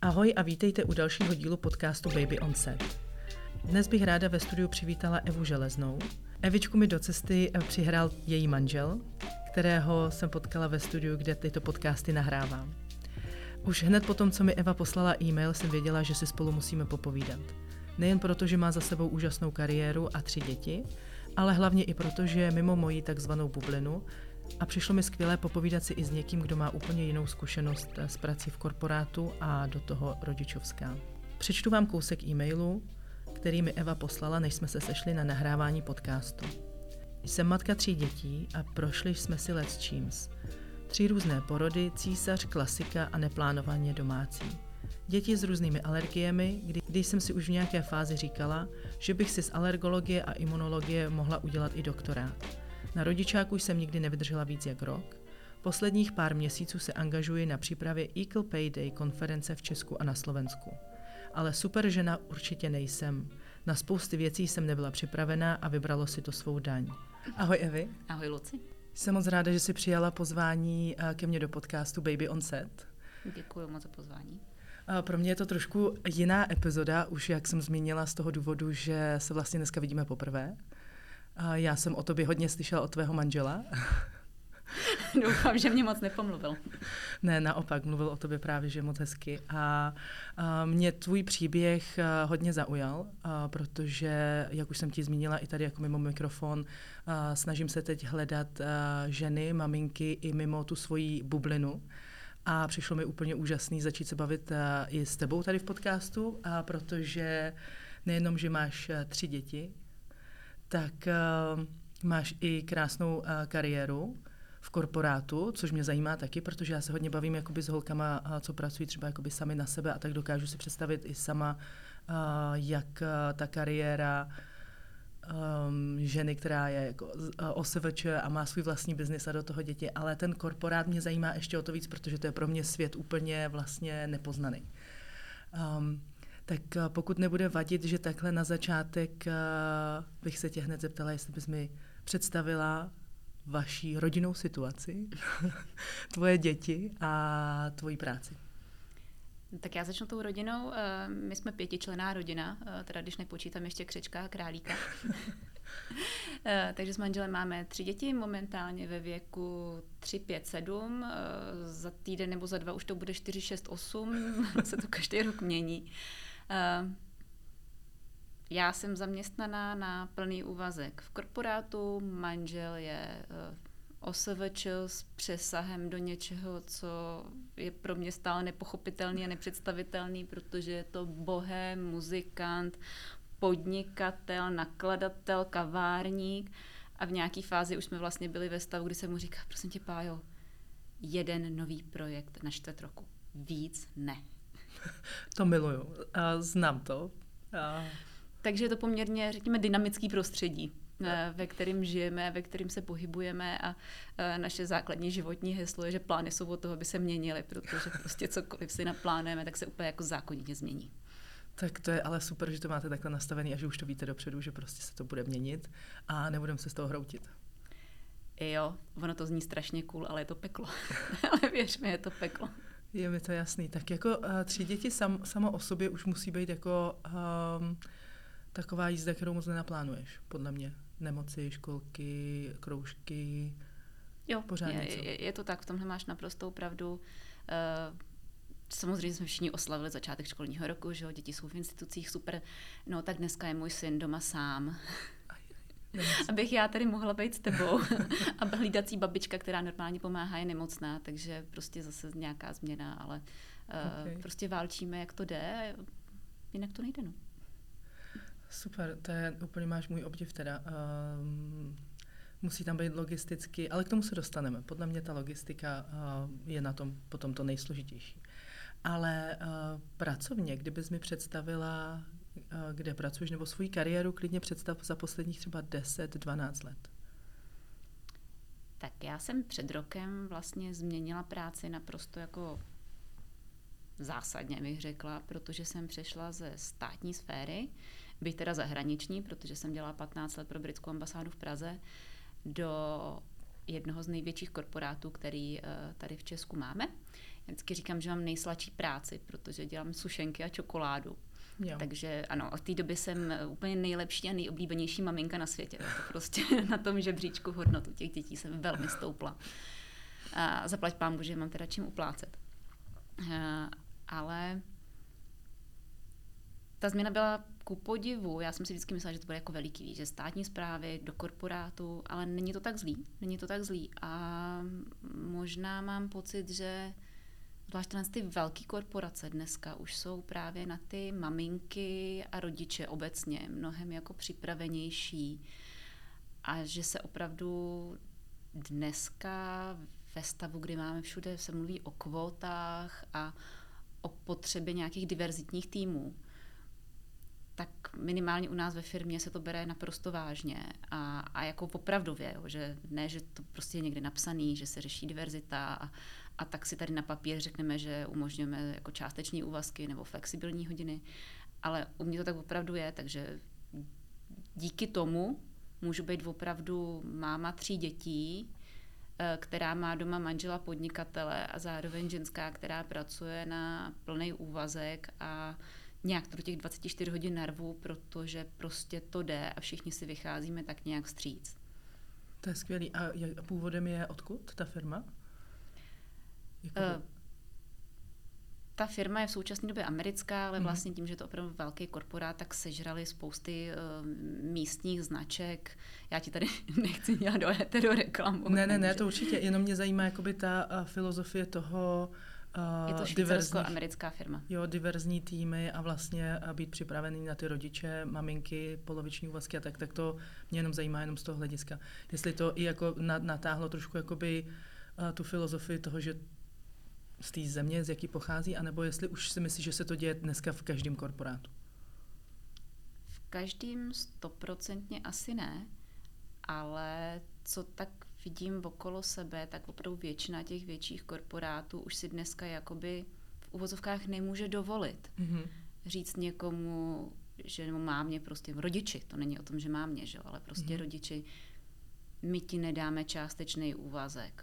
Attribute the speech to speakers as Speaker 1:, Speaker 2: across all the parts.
Speaker 1: Ahoj a vítejte u dalšího dílu podcastu Baby on Set. Dnes bych ráda ve studiu přivítala Evu Železnou. Evičku mi do cesty přihrál její manžel, kterého jsem potkala ve studiu, kde tyto podcasty nahrávám. Už hned po tom, co mi Eva poslala e-mail, jsem věděla, že si spolu musíme popovídat. Nejen proto, že má za sebou úžasnou kariéru a 3 děti, ale hlavně i proto, že je mimo moji takzvanou bublinu a přišlo mi skvělé popovídat si i s někým, kdo má úplně jinou zkušenost s prací v korporátu a do toho rodičovská. Přečtu vám kousek e-mailu, který mi Eva poslala, než jsme se sešli na nahrávání podcastu. Jsem matka 3 dětí a prošli jsme si lecčíms. 3 různé porody, císař, klasika a neplánovaně domácí. Děti s různými alergiemi, když jsem si už v nějaké fázi říkala, že bych si z alergologie a imunologie mohla udělat i doktorát. Na rodičáku jsem nikdy nevydržela víc jak rok. Posledních pár měsíců se angažuji na přípravě Equal Pay Day konference v Česku a na Slovensku. Ale super žena určitě nejsem. Na spousty věcí jsem nebyla připravená a vybralo si to svou daň. Ahoj Evi.
Speaker 2: Ahoj Luci.
Speaker 1: Jsem moc ráda, že jsi přijala pozvání ke mně do podcastu Baby on Set.
Speaker 2: Děkuji moc za pozvání.
Speaker 1: Pro mě je to trošku jiná epizoda, už jak jsem zmínila z toho důvodu, že se vlastně dneska vidíme poprvé. Já jsem o tobě hodně slyšela od tvého manžela.
Speaker 2: Doufám, že mě moc nepomluvil.
Speaker 1: Ne, naopak, mluvil o tobě právě, že moc hezky. A mě tvůj příběh hodně zaujal, protože, jak už jsem ti zmínila i tady jako mimo mikrofon, snažím se teď hledat ženy, maminky i mimo tu svoji bublinu. A přišlo mi úplně úžasný začít se bavit i s tebou tady v podcastu, protože nejenom, že máš 3 děti, tak máš i krásnou kariéru v korporátu, což mě zajímá taky, protože já se hodně bavím jakoby s holkama, co pracují třeba jakoby sami na sebe a tak dokážu si představit i sama, jak ta kariéra ženy, která je jako OSVČ a má svůj vlastní biznis a do toho děti, ale ten korporát mě zajímá ještě o to víc, protože to je pro mě svět úplně vlastně nepoznaný. Tak pokud nebude vadit, že takhle na začátek bych se tě hned zeptala, jestli bys mi představila vaši rodinnou situaci, tvoje děti a tvoji práci.
Speaker 2: Tak já začnu tou rodinou. My jsme 5členná rodina, teda když nepočítám ještě křečka a králíka. Takže s manželem máme 3 děti, momentálně ve věku 3, 5, 7. Za týden nebo za 2 už to bude 4, 6, 8. Se to každý rok mění. Já jsem zaměstnaná na plný úvazek v korporátu, manžel je OSVČ s přesahem do něčeho, co je pro mě stále nepochopitelný a nepředstavitelný, protože je to bohém, muzikant, podnikatel, nakladatel, kavárník a v nějaký fázi už jsme vlastně byli ve stavu, kdy jsem mu říkala, prosím tě Pájo, 1 nový projekt na 4 roku, víc ne.
Speaker 1: To miluju, znám to.
Speaker 2: Takže je to poměrně, řekněme, dynamický prostředí, ve kterém žijeme, ve kterém se pohybujeme a naše základní životní heslo je, že plány jsou od toho, aby se měnily, protože prostě cokoliv si naplánujeme, tak se úplně jako zákonitě změní.
Speaker 1: Tak to je ale super, že to máte takhle nastavený a že už to víte dopředu, že prostě se to bude měnit a nebudeme se z toho hroutit.
Speaker 2: Jo, ono to zní strašně cool, ale je to peklo. Ale věř mi, je to peklo.
Speaker 1: Je mi to jasný. Tak jako 3 děti samo o sobě už musí být jako taková jízda, kterou moc nenaplánuješ, podle mě. Nemoci, školky, kroužky,
Speaker 2: jo,
Speaker 1: pořád něco.
Speaker 2: Je to tak, v tomhle máš naprostou pravdu. Samozřejmě jsme všichni oslavili začátek školního roku, že jo, děti jsou v institucích, super. No tak dneska je můj syn doma sám. Abych já tady mohla být s tebou. A hlídací babička, která normálně pomáhá, je nemocná, takže prostě zase nějaká změna, ale prostě válčíme, jak to jde, jinak to nejde, no.
Speaker 1: Super, to je, úplně máš můj obdiv teda. Musí tam být logisticky, ale k tomu se dostaneme. Podle mě ta logistika je na tom potom to nejsložitější. Ale pracovně, kdybys mi představila, kde pracuješ, nebo svoji kariéru, klidně představ za posledních třeba 10-12 let.
Speaker 2: Tak já jsem před rokem vlastně změnila práci naprosto jako zásadně, bych řekla, protože jsem přešla ze státní sféry, byť teda zahraniční, protože jsem dělala 15 let pro britskou ambasádu v Praze, do jednoho z největších korporátů, který tady v Česku máme. vždycky říkám, že mám nejsladší práci, protože dělám sušenky a čokoládu.
Speaker 1: Jo.
Speaker 2: Takže ano, od té doby jsem úplně nejlepší a nejoblíbenější maminka na světě. To prostě na tom žebříčku hodnotu těch dětí jsem velmi stoupla. A zaplať pánbůh, že mám teda čím uplácet. Ale ta změna byla ku podivu. Já jsem si vždycky myslela, že to bude jako veliký, víc, že státní správy do korporátu, ale není to tak zlý. Není to tak zlý. A možná mám pocit, že zvlášť ty velké korporace dneska už jsou právě na ty maminky a rodiče obecně mnohem jako připravenější a že se opravdu dneska ve stavu, kdy máme všude, se mluví o kvótách a o potřebě nějakých diverzitních týmů, tak minimálně u nás ve firmě se to bere naprosto vážně a jako opravdově, jo, že ne, že to prostě je někde napsaný, že se řeší diverzita a tak si tady na papír řekneme, že umožňujeme jako částeční úvazky nebo flexibilní hodiny, ale u mě to tak opravdu je, takže díky tomu můžu být opravdu máma 3 dětí, která má doma manžela podnikatele a zároveň ženská, která pracuje na plný úvazek a nějak to do těch 24 hodin narvu, protože prostě to jde a všichni si vycházíme tak nějak vstříc.
Speaker 1: To je skvělý. A původem je odkud ta firma?
Speaker 2: Ta firma je v současné době americká, ale vlastně tím, že je to opravdu velký korporát, tak sežrali spousty místních značek. Já ti tady nechci dělat do éteru reklamu.
Speaker 1: Ne, to určitě. Jenom mě zajímá jakoby ta filozofie toho
Speaker 2: je to švýcarsko-americká firma.
Speaker 1: Jo, diverzní týmy a vlastně být připravený na ty rodiče, maminky, poloviční úvazky a tak to mě jenom zajímá jenom z toho hlediska. Jestli to i jako natáhlo trošku jakoby tu filozofii toho, že z té země, z jaký pochází, anebo jestli už si myslíš, že se to děje dneska v každém korporátu?
Speaker 2: V každém 100% asi ne, ale co tak vidím okolo sebe, tak opravdu většina těch větších korporátů už si dneska jakoby v uvozovkách nemůže dovolit říct někomu, že nebo mámě prostě rodiči, to není o tom, že mámě, že? Ale prostě rodiči, my ti nedáme částečný úvazek.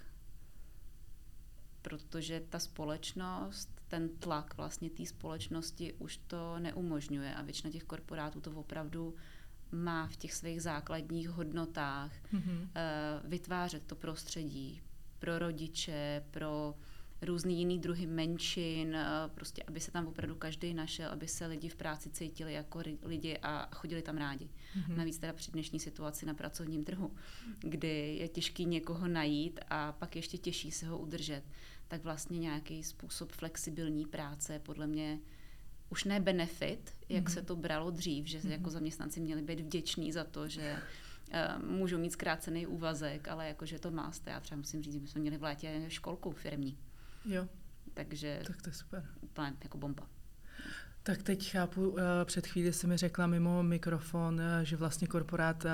Speaker 2: Protože ta společnost, ten tlak vlastně té společnosti už to neumožňuje a většina těch korporátů to opravdu má v těch svých základních hodnotách vytvářet to prostředí pro rodiče, pro různý jiný druhy menšin, prostě aby se tam opravdu každý našel, aby se lidi v práci cítili jako lidi a chodili tam rádi. Navíc teda při dnešní situaci na pracovním trhu, kdy je těžký někoho najít a pak ještě těžší se ho udržet, tak vlastně nějaký způsob flexibilní práce podle mě už ne benefit, jak se to bralo dřív, že jako zaměstnanci měli být vděční za to, že můžou mít zkrácený úvazek, ale jakože to máste. Já třeba musím říct, že jsme měli v létě školku firmní.
Speaker 1: Jo.
Speaker 2: Takže
Speaker 1: tak to je super.
Speaker 2: Úplně jako bomba.
Speaker 1: Tak teď chápu, před chvíli jsi mi řekla mimo mikrofon, že vlastně korporát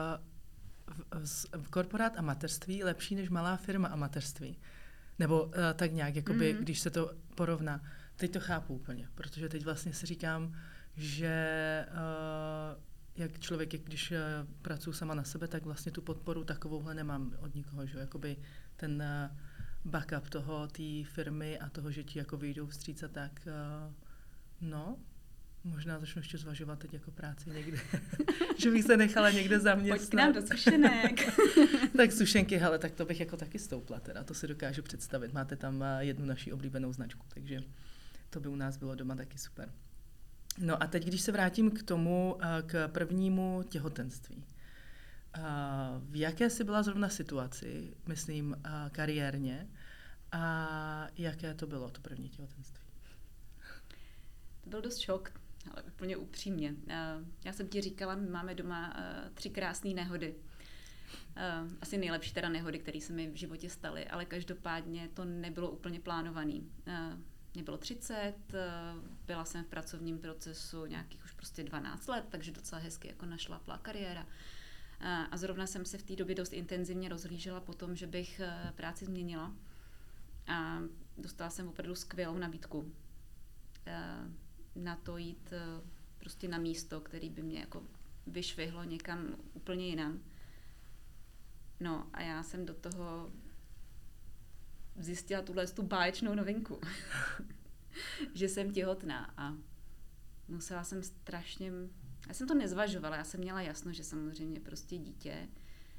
Speaker 1: a mateřství lepší než malá firma a mateřství. Nebo tak nějak, jakoby, když se to porovná. Teď to chápu úplně, protože teď vlastně si říkám, že jak člověk, když pracuji sama na sebe, tak vlastně tu podporu takovouhle nemám od nikoho, že jakoby ten backup toho, té firmy a toho, že ti jako vyjdou vstříc a tak, no, možná začnu ještě zvažovat teď jako práci někde, že bych se nechala někde zaměstnat.
Speaker 2: Pojď k nám do sušenek.
Speaker 1: Tak sušenky, hele, tak to bych jako taky stoupla teda, to si dokážu představit. Máte tam jednu naši oblíbenou značku, takže to by u nás bylo doma taky super. No a teď, když se vrátím k tomu, k prvnímu těhotenství. V jaké jsi byla zrovna situaci, myslím, kariérně, a jaké to bylo, to první těhotenství?
Speaker 2: To byl dost šok, ale úplně upřímně. Já jsem ti říkala, my máme doma 3 krásné nehody. Asi nejlepší teda nehody, které se mi v životě staly, ale každopádně to nebylo úplně plánovaný. Mě bylo 30, byla jsem v pracovním procesu nějakých už prostě 12 let, takže docela hezky jako našlapla kariéra. A zrovna jsem se v té době dost intenzivně rozhlížela po tom, že bych práci změnila. A dostala jsem opravdu skvělou nabídku na to jít prostě na místo, který by mě jako vyšvihlo někam úplně jinam. No a já jsem do toho zjistila tu báječnou novinku, že jsem těhotná a musela jsem strašně, já jsem to nezvažovala, já jsem měla jasno, že samozřejmě prostě dítě,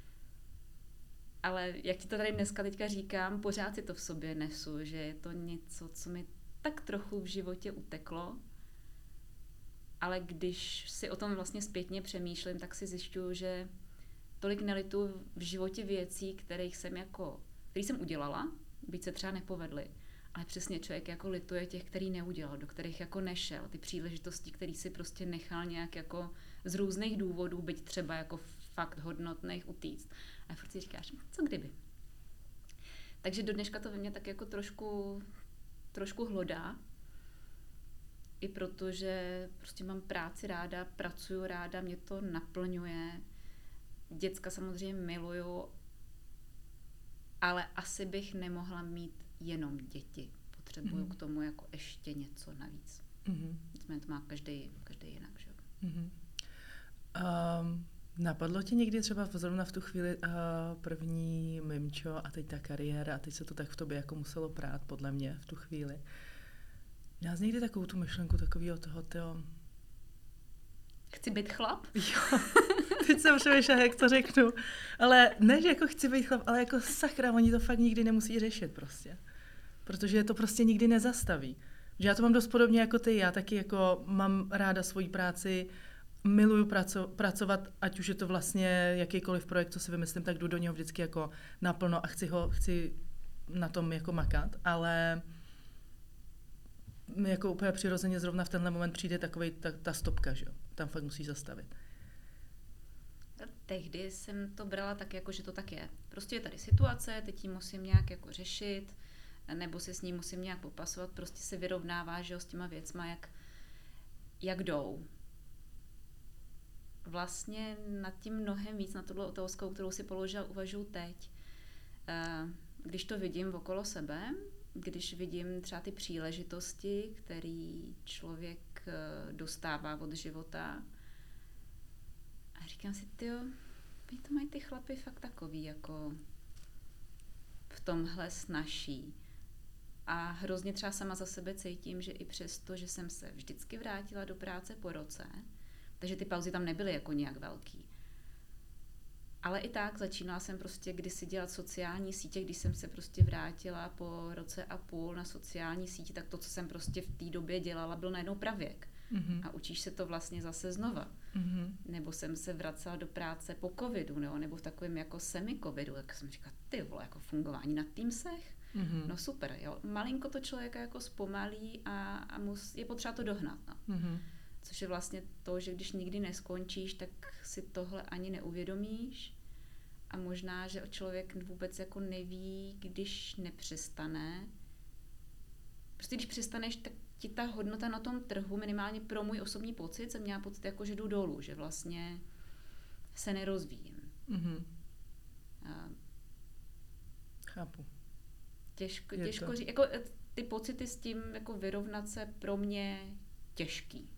Speaker 2: ale jak ti to tady dneska teďka říkám, pořád si to v sobě nesu, že je to něco, co mi tak trochu v životě uteklo, ale když si o tom vlastně zpětně přemýšlím, tak si zjišťuju, že tolik nelitu v životě věcí, který jsem udělala, byť se třeba nepovedly, ale přesně člověk jako lituje těch, který neudělal, do kterých jako nešel, ty příležitosti, který si prostě nechal nějak jako z různých důvodů, byť třeba jako fakt hodnotných utíct. A furt si říkáš, co kdyby. Takže do dneška to ve mně tak jako trošku hlodá. I protože prostě mám práci ráda, pracuju ráda, mě to naplňuje. Děcka samozřejmě miluju, ale asi bych nemohla mít jenom děti. Potřebuju k tomu jako ještě něco navíc. Nicméně to má každý jinak. Že?
Speaker 1: Napadlo ti někdy třeba zrovna v tu chvíli první mimčo a teď ta kariéra a teď se to tak v tobě jako muselo prát, podle mě, v tu chvíli. Měla jsi někdy takovou tu myšlenku takového toho,
Speaker 2: Chci být chlap?
Speaker 1: Jo, teď jsem přemýšlela, jak to řeknu. Ale ne, že jako chci být chlap, ale jako sakra, oni to fakt nikdy nemusí řešit prostě. Protože to prostě nikdy nezastaví. Že já to mám dost podobně jako ty, já taky jako mám ráda svoji práci, miluju pracovat, ať už je to vlastně jakýkoliv projekt, co si vymyslím, tak jdu do něho vždycky jako naplno a chci na tom jako makat, ale jako úplně přirozeně zrovna v tenhle moment přijde takovej ta stopka, že jo? Tam fakt musíš zastavit.
Speaker 2: Tehdy jsem to brala tak, jako, že to tak je. Prostě je tady situace, teď ji musím nějak jako řešit, nebo se s ní musím nějak popasovat, prostě se vyrovnává, že jo, s těma věcma, jak jdou. Vlastně nad tím mnohem víc, na tuhle otázkou, kterou si položila, uvažuji teď. Když to vidím okolo sebe, když vidím třeba ty příležitosti, které člověk dostává od života, a říkám si, tyjo, to mají ty chlapy fakt takový, jako v tomhle snaží. A hrozně třeba sama za sebe cítím, že i přesto, že jsem se vždycky vrátila do práce po roce, takže ty pauzy tam nebyly jako nějak velký. Ale i tak začínala jsem prostě kdysi dělat sociální sítě, když jsem se prostě vrátila po roce a půl na sociální sítě, tak to, co jsem prostě v té době dělala, byl najednou pravěk. A učíš se to vlastně zase znova. Nebo jsem se vracela do práce po covidu, nebo v takovém jako semi-covidu, tak jsem říkala, ty vole, jako fungování na Teamsech? No super, jo. Malinko to člověka jako zpomalí a je potřeba to dohnat. No. Což je vlastně to, že když nikdy neskončíš, tak si tohle ani neuvědomíš a možná, že člověk vůbec jako neví, když nepřestane. Prostě když přestaneš, tak ti ta hodnota na tom trhu, minimálně pro můj osobní pocit, jsem měla pocit, jako, že jdu dolů, že vlastně se nerozvíjím.
Speaker 1: Chápu.
Speaker 2: Těžko říct, jako ty pocity s tím jako vyrovnat se pro mě těžký.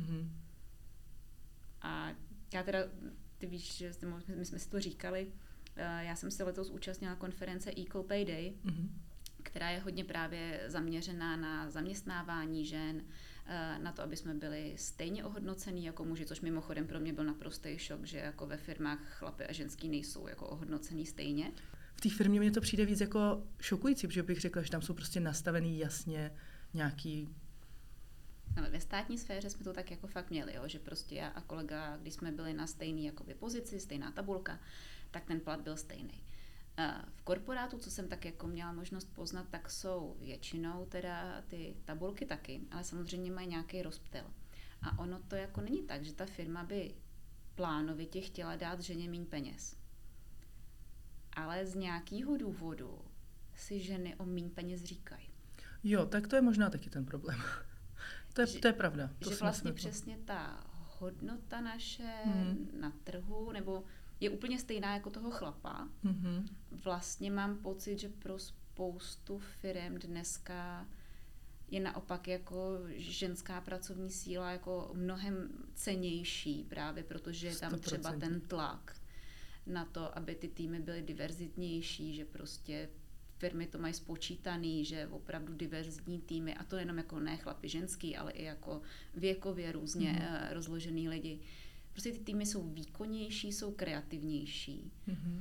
Speaker 2: A já teda, ty víš, že my jsme si to říkali, já jsem se letos účastnila konference Equal Pay Day, která je hodně právě zaměřená na zaměstnávání žen, na to, aby jsme byli stejně ohodnocení jako muži, což mimochodem pro mě byl naprostý šok, že jako ve firmách chlapi a ženský nejsou jako ohodnocený stejně.
Speaker 1: V té firmě mně to přijde víc jako šokující, protože bych řekla, že tam jsou prostě nastavený jasně nějaký...
Speaker 2: No, ve státní sféře jsme to tak jako fakt měli, jo? Že prostě já a kolega, když jsme byli na stejné jakoby pozici, stejná tabulka, tak ten plat byl stejný. V korporátu, co jsem tak jako měla možnost poznat, tak jsou většinou teda ty tabulky taky, ale samozřejmě mají nějaký rozptyl. A ono to jako není tak, že ta firma by plánovitě chtěla dát ženě míň peněz. Ale z nějakého důvodu si ženy o míň peněz říkají.
Speaker 1: Jo, tak to je možná taky ten problém. To je pravda.
Speaker 2: Že vlastně přesně ta hodnota naše na trhu, nebo je úplně stejná jako toho chlapa. Vlastně mám pocit, že pro spoustu firem dneska je naopak jako ženská pracovní síla jako mnohem cennější, právě protože je tam 100%. Třeba ten tlak na to, aby ty týmy byly diverzitnější, že prostě firmy to mají spočítaný, že opravdu diverzní týmy, a to jenom jako ne chlapi, ženský, ale i jako věkově různě rozložený lidi. Prostě ty týmy jsou výkonnější, jsou kreativnější.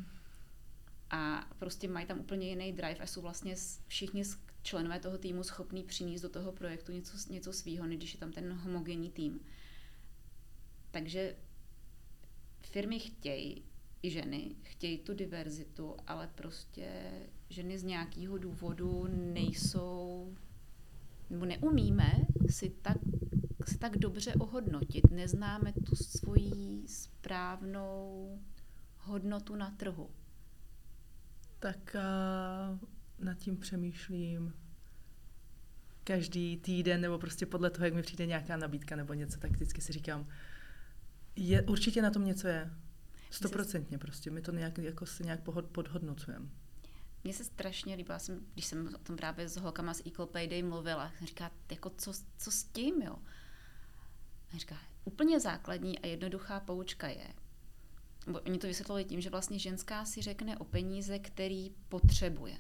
Speaker 2: A prostě mají tam úplně jiný drive a jsou vlastně všichni členové toho týmu schopní přinést do toho projektu něco svýho, než když je tam ten homogenní tým. Takže firmy chtějí, i ženy, chtějí tu diverzitu, ale prostě ženy z nějakého důvodu nejsou, nebo neumíme si tak dobře ohodnotit. Neznáme tu svoji správnou hodnotu na trhu.
Speaker 1: Tak nad tím přemýšlím každý týden, nebo prostě podle toho, jak mi přijde nějaká nabídka nebo něco, tak vždycky si říkám, určitě na tom něco je. 100% prostě. My to nějak podhodnocujeme.
Speaker 2: Mně se strašně líbila, když jsem o tom právě s holkama z Equal Pay Day mluvila, říká, jako co s tím, jo? A říká, úplně základní a jednoduchá poučka je, bo oni to vysvětlili tím, že vlastně ženská si řekne o peníze, který potřebuje.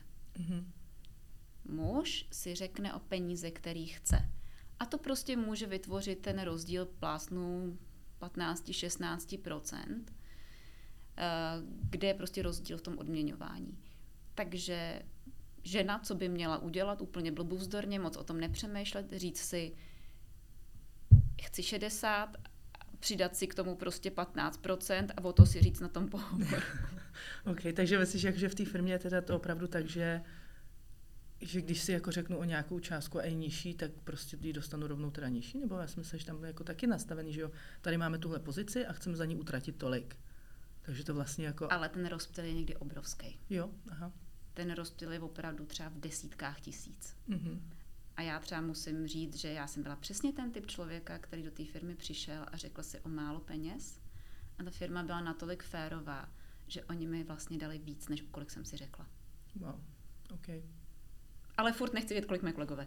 Speaker 2: Muž si řekne o peníze, který chce. A to prostě může vytvořit ten rozdíl plásnu 15-16%, kde je prostě rozdíl v tom odměňování. Takže žena, co by měla udělat, úplně blbůvzdorně, moc o tom nepřemýšlet, říct si, chci 60, přidat si k tomu prostě 15% a o to si říct na tom pohovoru.
Speaker 1: OK, takže myslíš, že v té firmě je teda to opravdu tak, že když si jako řeknu o nějakou částku a je nižší, tak prostě ji dostanu rovnou teda nižší? Nebo já si myslím, že tam je jako taky nastavený, že jo, tady máme tuhle pozici a chceme za ní utratit tolik. Takže to vlastně jako...
Speaker 2: Ale ten rozptyl je někdy obrovský.
Speaker 1: Jo, aha.
Speaker 2: Ten rozptyl je opravdu třeba v desítkách tisíc. A já třeba musím říct, že já jsem byla přesně ten typ člověka, který do té firmy přišel a řekl si o málo peněz. A ta firma byla natolik férová, že oni mi vlastně dali víc, než kolik jsem si řekla.
Speaker 1: Wow, OK.
Speaker 2: Ale furt nechci vědět, kolik mé kolegové.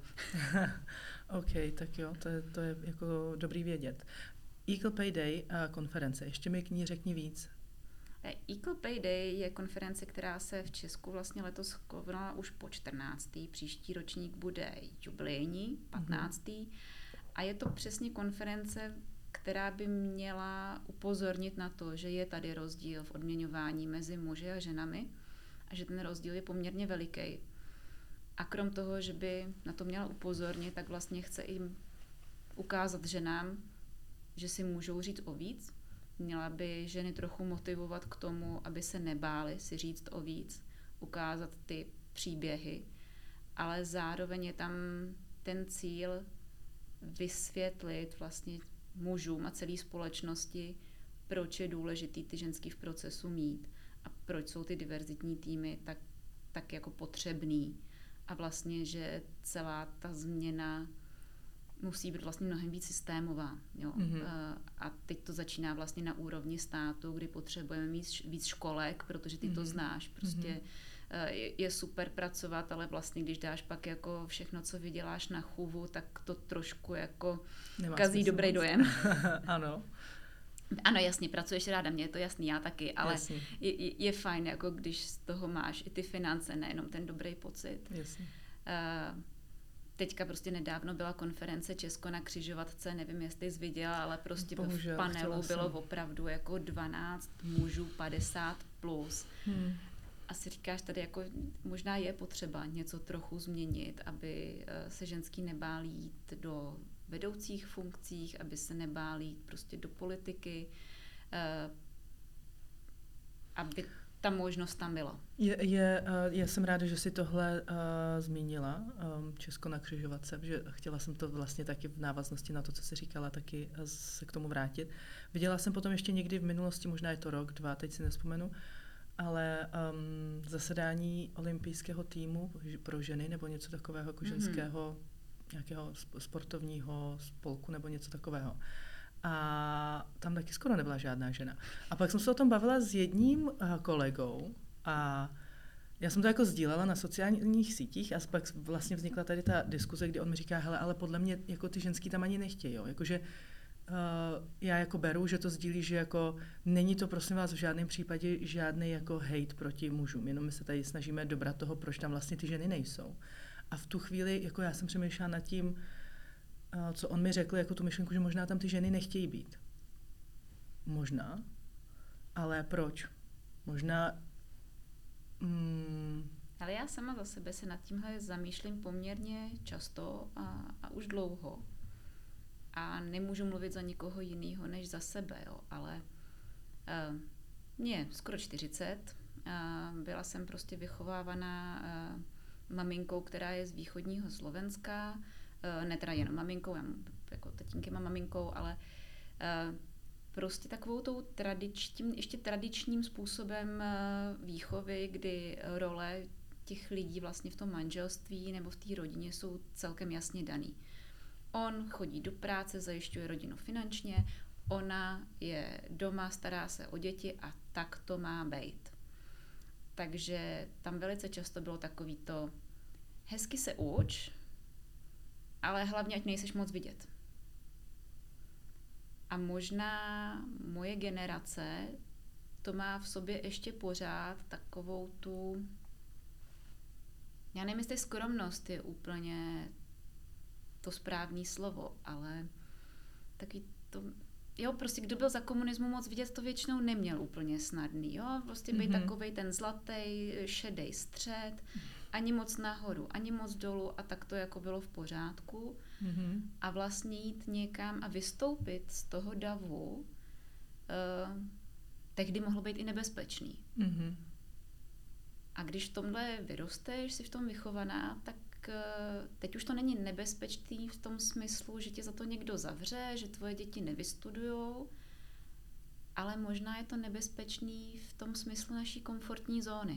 Speaker 1: OK, tak jo, to je jako dobrý vědět. Equal Pay Day a konference, ještě mi k ní řekni víc.
Speaker 2: Equal Pay Day je konference, která se v Česku vlastně letos konala už po 14. Příští ročník bude jubilejní, 15. A je to přesně konference, která by měla upozornit na to, že je tady rozdíl v odměňování mezi muži a ženami a že ten rozdíl je poměrně veliký. A krom toho, že by na to měla upozornit, tak vlastně chce jim ukázat ženám, že si můžou říct o víc. Měla by ženy trochu motivovat k tomu, aby se nebály si říct o víc, ukázat ty příběhy, ale zároveň je tam ten cíl vysvětlit vlastně mužům a celé společnosti, proč je důležitý ty ženský v procesu mít a proč jsou ty diverzitní týmy tak jako potřebný. A vlastně, že celá ta změna musí být vlastně mnohem víc systémová. Jo? A teď to začíná vlastně na úrovni státu, kdy potřebujeme mít víc školek, protože ty to znáš. Prostě je super pracovat, ale vlastně, když dáš pak jako všechno, co vyděláš na chůvu, tak to trošku jako kazí dobrý dojem.
Speaker 1: Ano.
Speaker 2: Ano, jasně, pracuješ ráda, mně je to jasný, já taky, ale je fajn, jako když z toho máš i ty finance, nejenom ten dobrý pocit.
Speaker 1: Jasně.
Speaker 2: Teďka prostě nedávno byla konference Česko na křižovatce, nevím, jestli jsi viděla, ale prostě
Speaker 1: bohužel,
Speaker 2: v panelu bylo opravdu jako 12 mužů, 50 plus. A si říkáš, tady jako možná je potřeba něco trochu změnit, aby se ženský nebál jít do vedoucích funkcích, aby se nebál jít prostě do politiky, aby ta možnost tam byla.
Speaker 1: Já jsem ráda, že jsi tohle zmínila, Česko na křižovatce, že chtěla jsem to vlastně taky v návaznosti na to, co jsi říkala, taky se k tomu vrátit. Viděla jsem potom ještě někdy v minulosti, možná je to rok, 2, teď si nespomenu, ale zasedání olympijského týmu pro ženy nebo něco takového, jako ženského nějakého sportovního spolku nebo něco takového. A tam taky skoro nebyla žádná žena. A pak jsem se o tom bavila s jedním kolegou a já jsem to jako sdílela na sociálních sítích a pak vlastně vznikla tady ta diskuze, kdy on mi říká, hele, ale podle mě jako ty ženský tam ani nechtějí, jo? Jakože já jako beru, že to sdílí, že jako není to prosím vás v žádném případě žádný jako hejt proti mužům, jenom my se tady snažíme dobrat toho, proč tam vlastně ty ženy nejsou. A v tu chvíli, jako já jsem přemýšlela nad tím, co on mi řekl, jako tu myšlenku, že možná tam ty ženy nechtějí být. Možná, ale proč? Možná...
Speaker 2: Ale já sama za sebe se nad tímhle zamýšlím poměrně často a už dlouho. A nemůžu mluvit za nikoho jiného než za sebe, jo. Ale mě skoro 40. Byla jsem prostě vychovávaná maminkou, která je z východního Slovenska. Ne teda jenom maminkou, já jako tatínkem a maminkou, ale prostě takovou tou ještě tradičním způsobem výchovy, kdy role těch lidí vlastně v tom manželství nebo v té rodině jsou celkem jasně daný. On chodí do práce, zajišťuje rodinu finančně, ona je doma, stará se o děti a tak to má být. Takže tam velice často bylo takový to hezky se uč, ale hlavně ať nejseš moc vidět. A možná moje generace to má v sobě ještě pořád takovou tu... Já nevím, jestli skromnost je úplně to správné slovo, ale taky to... Jo, prostě kdo byl za komunismu moc vidět, to většinou neměl úplně snadný. Jo, prostě být takovej ten zlatý, šedej střed, ani moc nahoru, ani moc dolů a tak to jako bylo v pořádku. A vlastně jít někam a vystoupit z toho davu tehdy mohlo být i nebezpečný. A když v tomhle vyrosteš, jsi v tom vychovaná, tak teď už to není nebezpečný v tom smyslu, že tě za to někdo zavře, že tvoje děti nevystudujou, ale možná je to nebezpečný v tom smyslu naší komfortní zóny.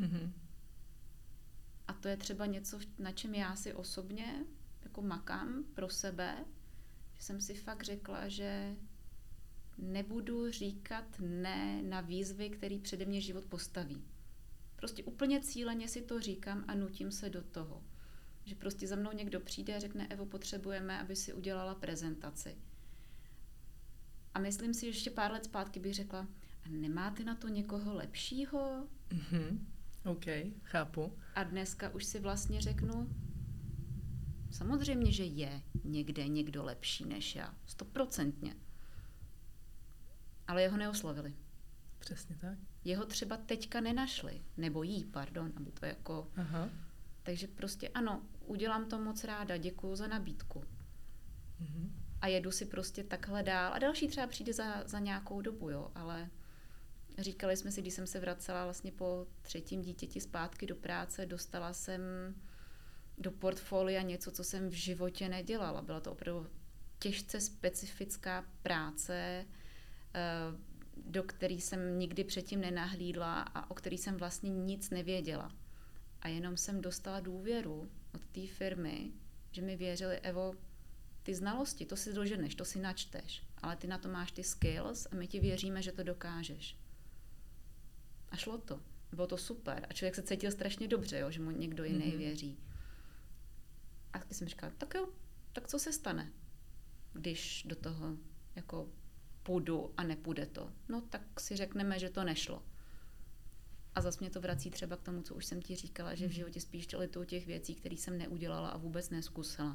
Speaker 2: A to je třeba něco, na čem já si osobně jako makám pro sebe, že jsem si fakt řekla, že nebudu říkat ne na výzvy, který přede mě život postaví. Prostě úplně cíleně si to říkám a nutím se do toho. Že prostě za mnou někdo přijde a řekne, Evo, potřebujeme, aby si udělala prezentaci. A myslím si, že ještě pár let zpátky bych řekla, a nemáte na to někoho lepšího?
Speaker 1: OK, chápu.
Speaker 2: A dneska už si vlastně řeknu, samozřejmě, že je někde někdo lepší než já. 100%. Ale jeho neoslovili.
Speaker 1: Přesně tak.
Speaker 2: Jeho třeba teďka nenašli. Nebo jí, pardon, aby to jako...
Speaker 1: Aha.
Speaker 2: Takže prostě ano, udělám to moc ráda, děkuju za nabídku. A jedu si prostě takhle dál. A další třeba přijde za nějakou dobu, jo, ale říkali jsme si, když jsem se vracela vlastně po 3. dítěti zpátky do práce, dostala jsem do portfolia něco, co jsem v životě nedělala. Byla to opravdu těžce specifická práce, do které jsem nikdy předtím nenahlídla a o který jsem vlastně nic nevěděla. A jenom jsem dostala důvěru od té firmy, že mi věřili, Evo, ty znalosti, to si doženeš, to si načteš, ale ty na to máš ty skills a my ti věříme, že to dokážeš. A šlo to. Bylo to super. A člověk se cítil strašně dobře, jo, že mu někdo jiný věří. A taky jsem říkala, tak jo, tak co se stane, když do toho jako půjdu a nepůjde to? No tak si řekneme, že to nešlo. A zase mě to vrací třeba k tomu, co už jsem ti říkala, že v životě spíš lituju těch věcí, které jsem neudělala a vůbec neskusila.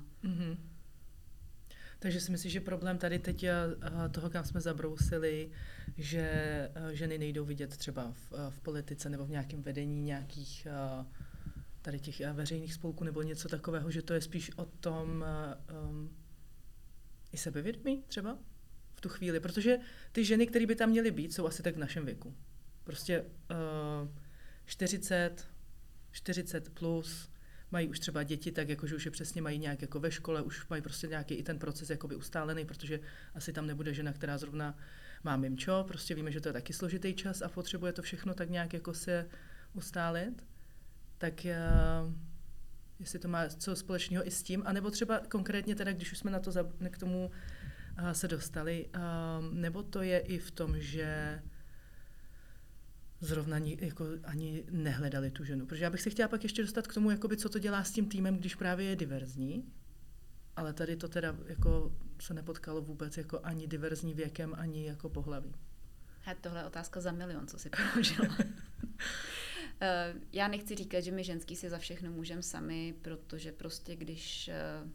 Speaker 1: Takže si myslíš, že problém tady teď toho, kam jsme zabrousili, že ženy nejdou vidět třeba v politice nebo v nějakém vedení nějakých tady těch veřejných spolků nebo něco takového, že to je spíš o tom i sebevědomí třeba v tu chvíli, protože ty ženy, které by tam měly být, jsou asi tak v našem věku. Prostě 40 plus, mají už třeba děti, tak jakože už je přesně mají nějak jako ve škole, už mají prostě nějaký i ten proces jakoby ustálený, protože asi tam nebude žena, která zrovna má mimčo, prostě víme, že to je taky složitý čas a potřebuje to všechno tak nějak jako se ustálit. Tak jestli to má co společného i s tím, anebo třeba konkrétně teda, když už jsme na to k tomu se dostali, nebo to je i v tom, že zrovna jako ani nehledali tu ženu. Protože já bych se chtěla pak ještě dostat k tomu, jakoby, co to dělá s tím týmem, když právě je diverzní, ale tady to teda jako se nepotkalo vůbec jako ani diverzní věkem, ani jako pohlaví.
Speaker 2: Tohle je otázka za milion, co si položila. Já nechci říkat, že my ženský si za všechno můžeme sami, protože prostě když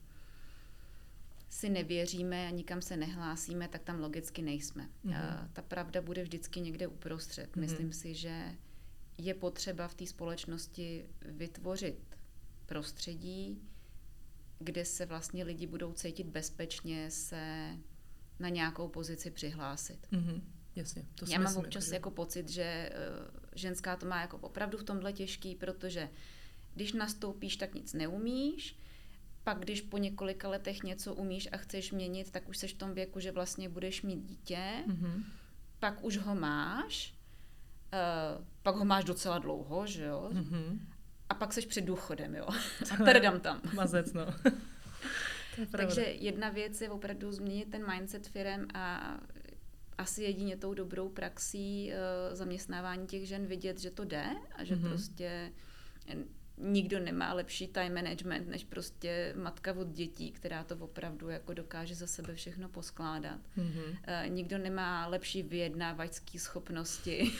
Speaker 2: si nevěříme a nikam se nehlásíme, tak tam logicky nejsme. Ta pravda bude vždycky někde uprostřed. Myslím si, že je potřeba v té společnosti vytvořit prostředí, kde se vlastně lidi budou cítit bezpečně se na nějakou pozici přihlásit.
Speaker 1: Jasně, to
Speaker 2: já mám občas jako pocit, že ženská to má jako opravdu v tomhle těžký, protože když nastoupíš, tak nic neumíš, pak když po několika letech něco umíš a chceš měnit, tak už seš v tom věku, že vlastně budeš mít dítě, pak už ho máš, pak ho máš docela dlouho, že jo? A pak seš před důchodem, jo? A trdám tam.
Speaker 1: Mazec, no.
Speaker 2: Takže jedna věc je opravdu změnit ten mindset firem a asi jedině tou dobrou praxí zaměstnávání těch žen vidět, že to jde a že prostě nikdo nemá lepší time management než prostě matka od dětí, která to opravdu jako dokáže za sebe všechno poskládat. Nikdo nemá lepší vyjednávačské schopnosti.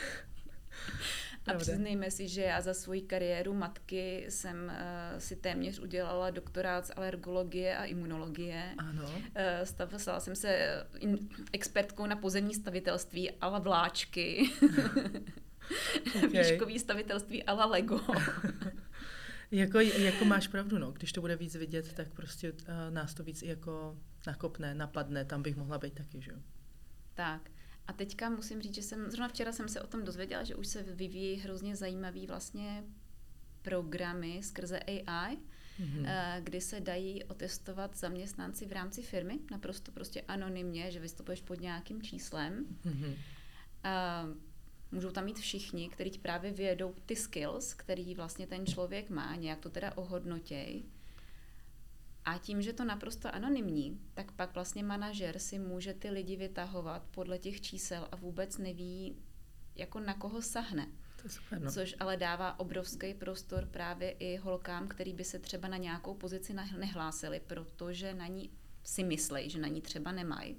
Speaker 2: A přiznejme si, že já za svoji kariéru matky jsem si téměř udělala doktorát z alergologie a imunologie.
Speaker 1: Ano.
Speaker 2: Stala jsem se expertkou na pozemní stavitelství a la vláčky. Výškový stavitelství a la Lego.
Speaker 1: jako máš pravdu, no. Když to bude víc vidět, tak prostě nás to víc jako nakopne, napadne, tam bych mohla být taky, že jo.
Speaker 2: Tak. A teďka musím říct, že zrovna včera jsem se o tom dozvěděla, že už se vyvíjí hrozně zajímavý vlastně programy skrze AI, kdy se dají otestovat zaměstnanci v rámci firmy, naprosto prostě anonymně, že vystupuješ pod nějakým číslem. Můžou tam mít všichni, kteří právě vyjedou ty skills, který vlastně ten člověk má, nějak to teda ohodnotěj. A tím, že to naprosto anonymní, tak pak vlastně manažer si může ty lidi vytahovat podle těch čísel a vůbec neví, jako na koho sahne.
Speaker 1: To je super, no.
Speaker 2: Což ale dává obrovský prostor právě i holkám, který by se třeba na nějakou pozici nehlásili, protože na ní si myslejí, že na ní třeba nemají.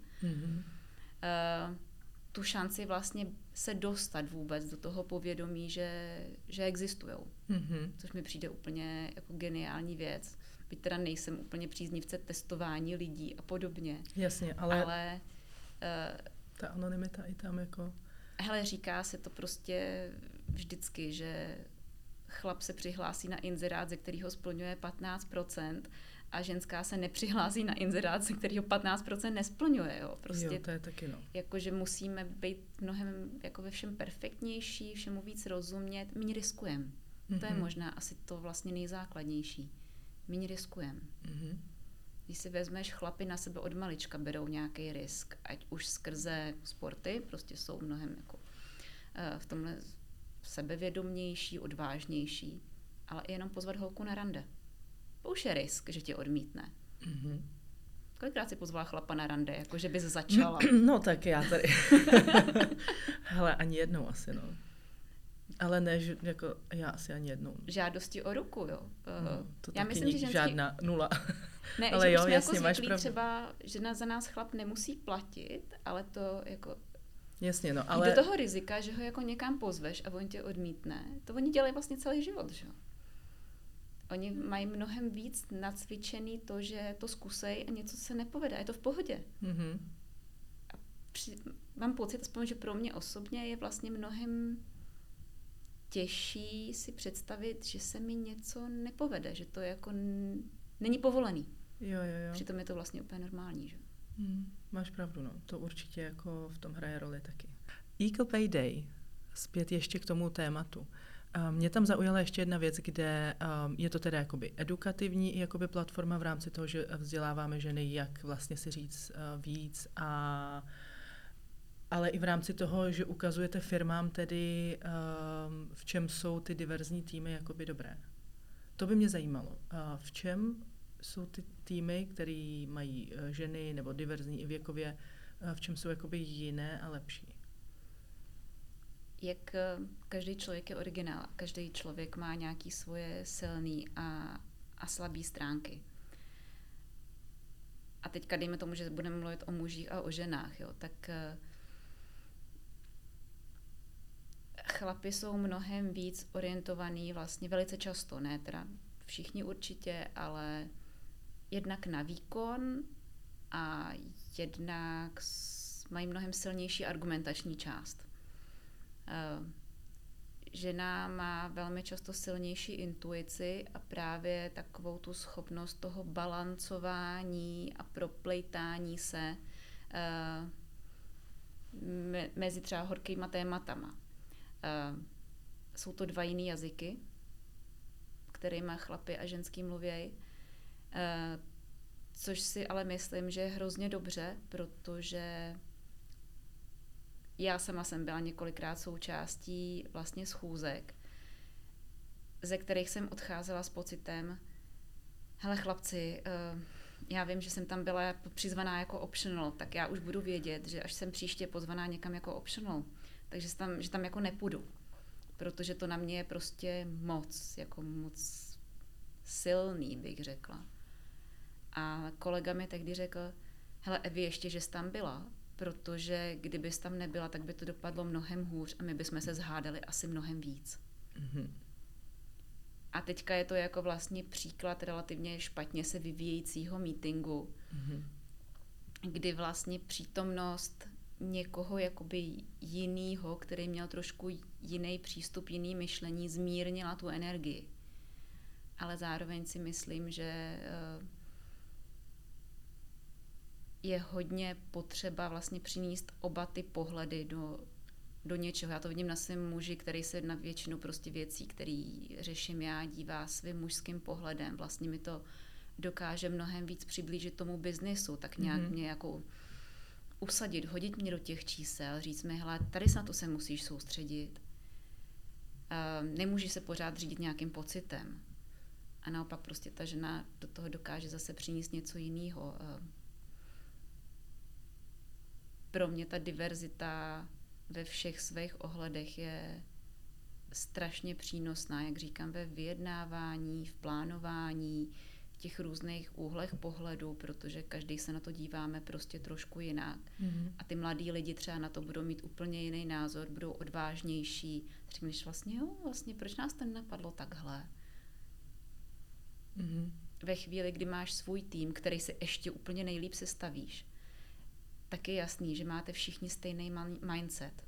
Speaker 2: Tu šanci vlastně se dostat vůbec do toho povědomí, že existujou. Což mi přijde úplně jako geniální věc. Byť teda nejsem úplně příznivce testování lidí a podobně.
Speaker 1: Jasně, ale ta anonymita i tam jako...
Speaker 2: Hele, říká se to prostě vždycky, že chlap se přihlásí na inzerát, ze kterého splňuje 15% a ženská se nepřihlásí na inzerát, ze kterého 15% nesplňuje. Jo. Prostě,
Speaker 1: jo, to je taky, no.
Speaker 2: Jakože musíme být mnohem jako ve všem perfektnější, všemu víc rozumět, méně riskujeme. To je možná asi to vlastně nejzákladnější. Méně riskujeme. Když si vezmeš, chlapi na sebe od malička berou nějaký risk, ať už skrze sporty, prostě jsou mnohem jako v tomhle sebevědomější, odvážnější, ale i jenom pozvat holku na rande. To už je risk, že tě odmítne. Kolikrát si pozvala chlapa na rande, jako že bys začala?
Speaker 1: No tak já tady. Hele, ani jednou asi, no. Ale ne, jako já asi ani jednou.
Speaker 2: Žádosti o ruku, jo.
Speaker 1: To
Speaker 2: já
Speaker 1: taky
Speaker 2: myslím, že
Speaker 1: žádná, nula.
Speaker 2: Ne,
Speaker 1: ale
Speaker 2: že
Speaker 1: jo,
Speaker 2: jsme
Speaker 1: jasně,
Speaker 2: jako
Speaker 1: máš
Speaker 2: zvyklí
Speaker 1: pravdu.
Speaker 2: třeba, že za nás chlap nemusí platit, ale to jako...
Speaker 1: Jasně, no, ale...
Speaker 2: do toho rizika, že ho jako někam pozveš a on tě odmítne, to oni dělají vlastně celý život, že jo. Oni mají mnohem víc nacvičený to, že to zkusej a něco se nepovede. Je to v pohodě. A mám pocit, aspoň, že pro mě osobně je vlastně mnohem těžší si představit, že se mi něco nepovede, že to jako není povolený.
Speaker 1: Jo.
Speaker 2: Přitom je to vlastně úplně normální, že?
Speaker 1: Máš pravdu, no. To určitě jako v tom hraje roli taky. Equal Pay Day. Zpět ještě k tomu tématu. Mě tam zaujala ještě jedna věc, kde je to teda jakoby edukativní jakoby platforma v rámci toho, že vzděláváme ženy, jak vlastně si říct víc, ale i v rámci toho, že ukazujete firmám tedy, v čem jsou ty diverzní týmy jakoby dobré. To by mě zajímalo. V čem jsou ty týmy, které mají ženy nebo diverzní i věkově, v čem jsou jakoby jiné a lepší?
Speaker 2: Jak každý člověk je originál, každý člověk má nějaké svoje silné a slabé stránky. a teďka dejme tomu, že budeme mluvit o mužích a o ženách, jo, tak chlapi jsou mnohem víc orientovaný vlastně velice často, ne teda všichni určitě, ale jednak na výkon a jednak mají mnohem silnější argumentační část. Žena má velmi často silnější intuici a právě takovou tu schopnost toho balancování a proplejtání se mezi třeba horkýma tématama. Jsou to dva jiný jazyky, kterýma chlapi a ženský mluvějí, což si ale myslím, že je hrozně dobře, protože já sama jsem byla několikrát součástí vlastně schůzek, ze kterých jsem odcházela s pocitem, hele chlapci, já vím, že jsem tam byla přizvaná jako optional, tak já už budu vědět, že až jsem příště pozvaná někam jako optional, takže že tam jako nepůjdu, protože to na mě je prostě moc silný, bych řekla. A kolega mi tehdy řekl, hele Evi, ještě, že jsi tam byla, protože kdybys tam nebyla, tak by to dopadlo mnohem hůř a my bychom se zhádali asi mnohem víc. Mm-hmm. A teďka je to jako vlastně příklad relativně špatně se vyvíjejícího meetingu, kdy vlastně přítomnost někoho jakoby jinýho, který měl trošku jiný přístup, jiný myšlení, zmírnila tu energii. Ale zároveň si myslím, že je hodně potřeba vlastně přinést oba ty pohledy do něčeho. Já to vidím na svém muži, který se na většinu prostě věcí, který řeším já, dívá svým mužským pohledem. Vlastně mi to dokáže mnohem víc přiblížit tomu biznesu, tak nějak mě jako usadit, hodit mě do těch čísel, říct mi, hele, tady se na to se musíš soustředit. Nemůžeš se pořád řídit nějakým pocitem. A naopak prostě ta žena do toho dokáže zase přinést něco jiného. Pro mě ta diverzita ve všech svých ohledech je strašně přínosná, jak říkám, ve vyjednávání, v plánování, v těch různých úhlech pohledu, protože každý se na to díváme prostě trošku jinak. Mm-hmm. A ty mladí lidi třeba na to budou mít úplně jiný názor, budou odvážnější. Řekneš vlastně proč nás to nenapadlo takhle? Mm-hmm. Ve chvíli, kdy máš svůj tým, který si ještě úplně nejlíp sestavíš, tak je jasný, že máte všichni stejný mindset.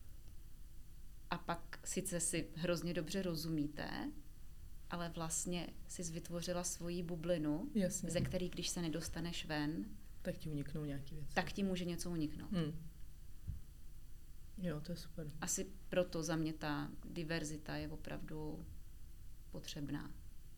Speaker 2: A pak sice si hrozně dobře rozumíte, ale vlastně jsi vytvořila svoji bublinu, jasně, ze který, když se nedostaneš ven,
Speaker 1: tak ti uniknou nějaké věci.
Speaker 2: Tak ti může něco uniknout.
Speaker 1: Jo, to je super.
Speaker 2: Asi proto za mě ta diverzita je opravdu potřebná.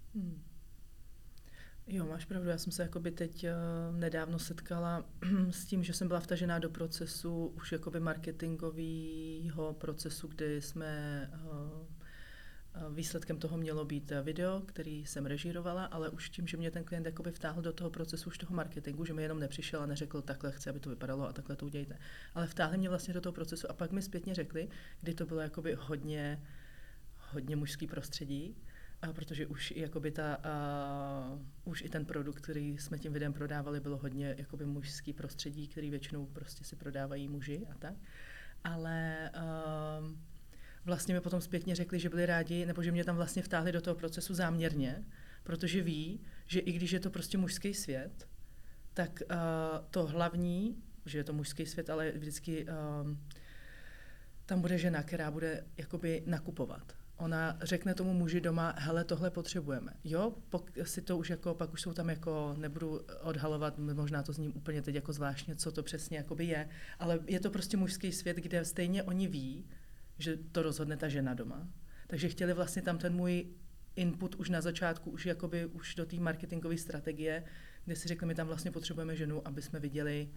Speaker 1: Jo, máš pravdu, já jsem se jakoby teď nedávno setkala s tím, že jsem byla vtažená do procesu, už jakoby marketingového procesu, kdy jsme, výsledkem toho mělo být video, který jsem režírovala, ale už tím, že mě ten klient jakoby vtáhl do toho procesu už toho marketingu, že mi jenom nepřišel a neřekl, takhle chci, aby to vypadalo a takhle to udějte. Ale vtáhli mě vlastně do toho procesu a pak mi zpětně řekli, kdy to bylo jakoby hodně mužský prostředí, protože už jakoby už i ten produkt, který jsme tím videem prodávali, bylo hodně jakoby mužský prostředí, který většinou prostě si prodávají muži a tak. Ale vlastně mi potom zpětně řekli, že byli rádi, nebo že mě tam vlastně vtáhli do toho procesu záměrně, protože ví, že i když je to prostě mužský svět, tak to hlavní, že je to mužský svět, ale vždycky tam bude žena, která bude jakoby nakupovat. Ona řekne tomu muži doma, hele, tohle potřebujeme. Jo, si to už jako, pak už jsou tam jako, nebudu odhalovat, možná to zní úplně teď jako zvláštně, co to přesně jakoby je, ale je to prostě mužský svět, kde stejně oni ví, že to rozhodne ta žena doma. Takže chtěli vlastně tam ten můj input už na začátku, už do té marketingové strategie, kde si řekli, my tam vlastně potřebujeme ženu, aby jsme viděli,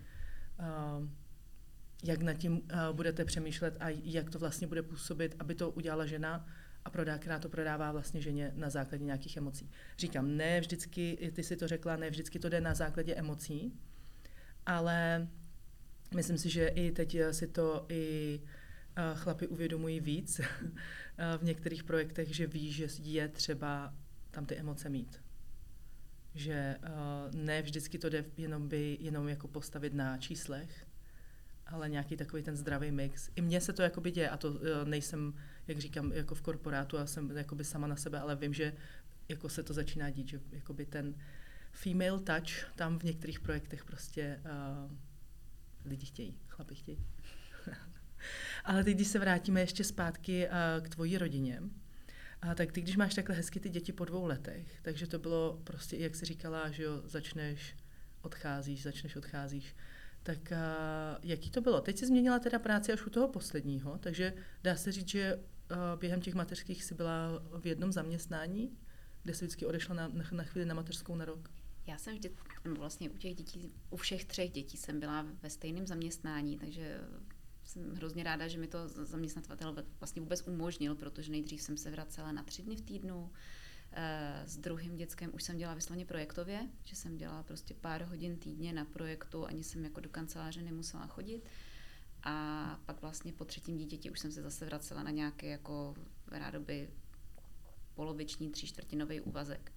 Speaker 1: jak nad tím budete přemýšlet a jak to vlastně bude působit, aby to udělala žena, která to prodává vlastně ženě na základě nějakých emocí. Říkám, ne vždycky, ty si to řekla, ne vždycky to jde na základě emocí, ale myslím si, že i teď si to i chlapi uvědomují víc v některých projektech, že ví, že je třeba tam ty emoce mít. že ne vždycky to jde jenom jako postavit na číslech, ale nějaký takový ten zdravý mix. I mně se to jakoby děje, a to nejsem, jak říkám, jako v korporátu, já jsem jakoby sama na sebe, ale vím, že jako se to začíná dít, že jakoby ten female touch tam v některých projektech prostě lidi chtějí, chlapi chtějí. Ale teď, když se vrátíme ještě zpátky k tvojí rodině, tak ty, když máš takhle hezky ty děti po 2 letech, takže to bylo prostě, jak jsi říkala, že jo, začneš, odcházíš, tak jaký to bylo? Teď jsi změnila teda práci až u toho posledního, takže dá se říct, že během těch mateřských jsi byla v jednom zaměstnání, kde jsi vždycky odešla na chvíli na mateřskou na rok?
Speaker 2: Já jsem vždy, vlastně u těch dětí, u všech 3 dětí jsem byla ve stejném zaměstnání, takže jsem hrozně ráda, že mi to zaměstnavatel vlastně vůbec umožnil, protože nejdřív jsem se vracela na 3 dny v týdnu, s druhým dětskem už jsem dělala vysloveně projektově, že jsem dělala prostě pár hodin týdně na projektu, ani jsem jako do kanceláře nemusela chodit. A pak vlastně po 3. dítěti už jsem se zase vracela na nějaký jako rádoby poloviční 3/4 úvazek.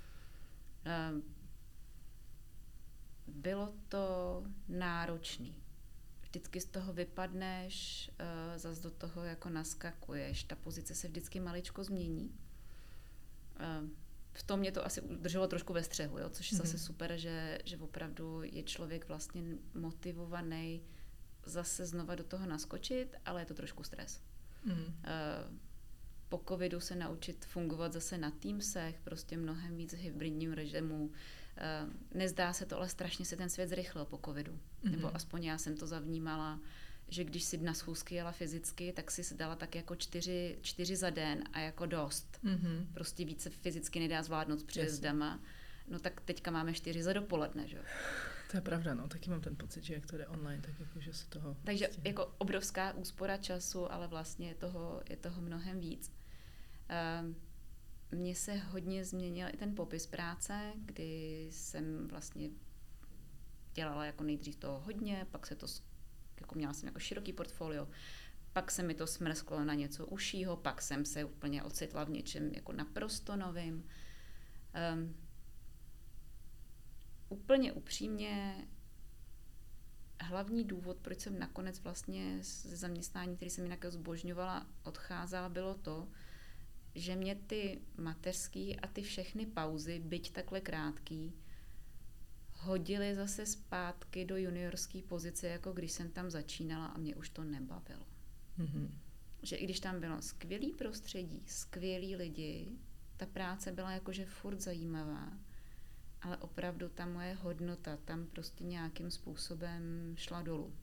Speaker 2: Bylo to náročný. Vždycky z toho vypadneš, zas do toho jako naskakuješ. Ta pozice se vždycky maličko změní. V tom mě to asi udrželo trošku ve střehu, jo? Což je zase super, že opravdu je člověk vlastně motivovaný zase znova do toho naskočit, ale je to trošku stres. Po covidu se naučit fungovat zase na Teamsech, prostě mnohem víc hybridním režimu. Nezdá se to, ale strašně se ten svět zrychlil po covidu. Nebo aspoň já jsem to zavnímala, že když si na schůzky jela fyzicky, tak si dala tak jako 4 za den a jako dost. Prostě více fyzicky nedá zvládnout s přejezdama. No tak teďka máme 4 za dopoledne, že jo?
Speaker 1: To je pravda, no, taky mám ten pocit, že jak to jde online, tak jako, že se toho...
Speaker 2: Takže jako obrovská úspora času, ale vlastně je toho mnohem víc. Mně se hodně změnil i ten popis práce, kdy jsem vlastně dělala jako nejdřív toho hodně, pak se to, jako měla jsem jako široký portfolio, pak se mi to smrsklo na něco užšího, pak jsem se úplně ocitla v něčem jako naprosto novým. Úplně upřímně, hlavní důvod, proč jsem nakonec vlastně ze zaměstnání, který jsem jinak zbožňovala, odcházela, bylo to, že mě ty mateřský a ty všechny pauzy, byť takhle krátký, hodily zase zpátky do juniorské pozice, jako když jsem tam začínala a mě už to nebavilo. Že i když tam bylo skvělý prostředí, skvělí lidi, ta práce byla jakože furt zajímavá, ale opravdu ta moje hodnota tam prostě nějakým způsobem šla dolů.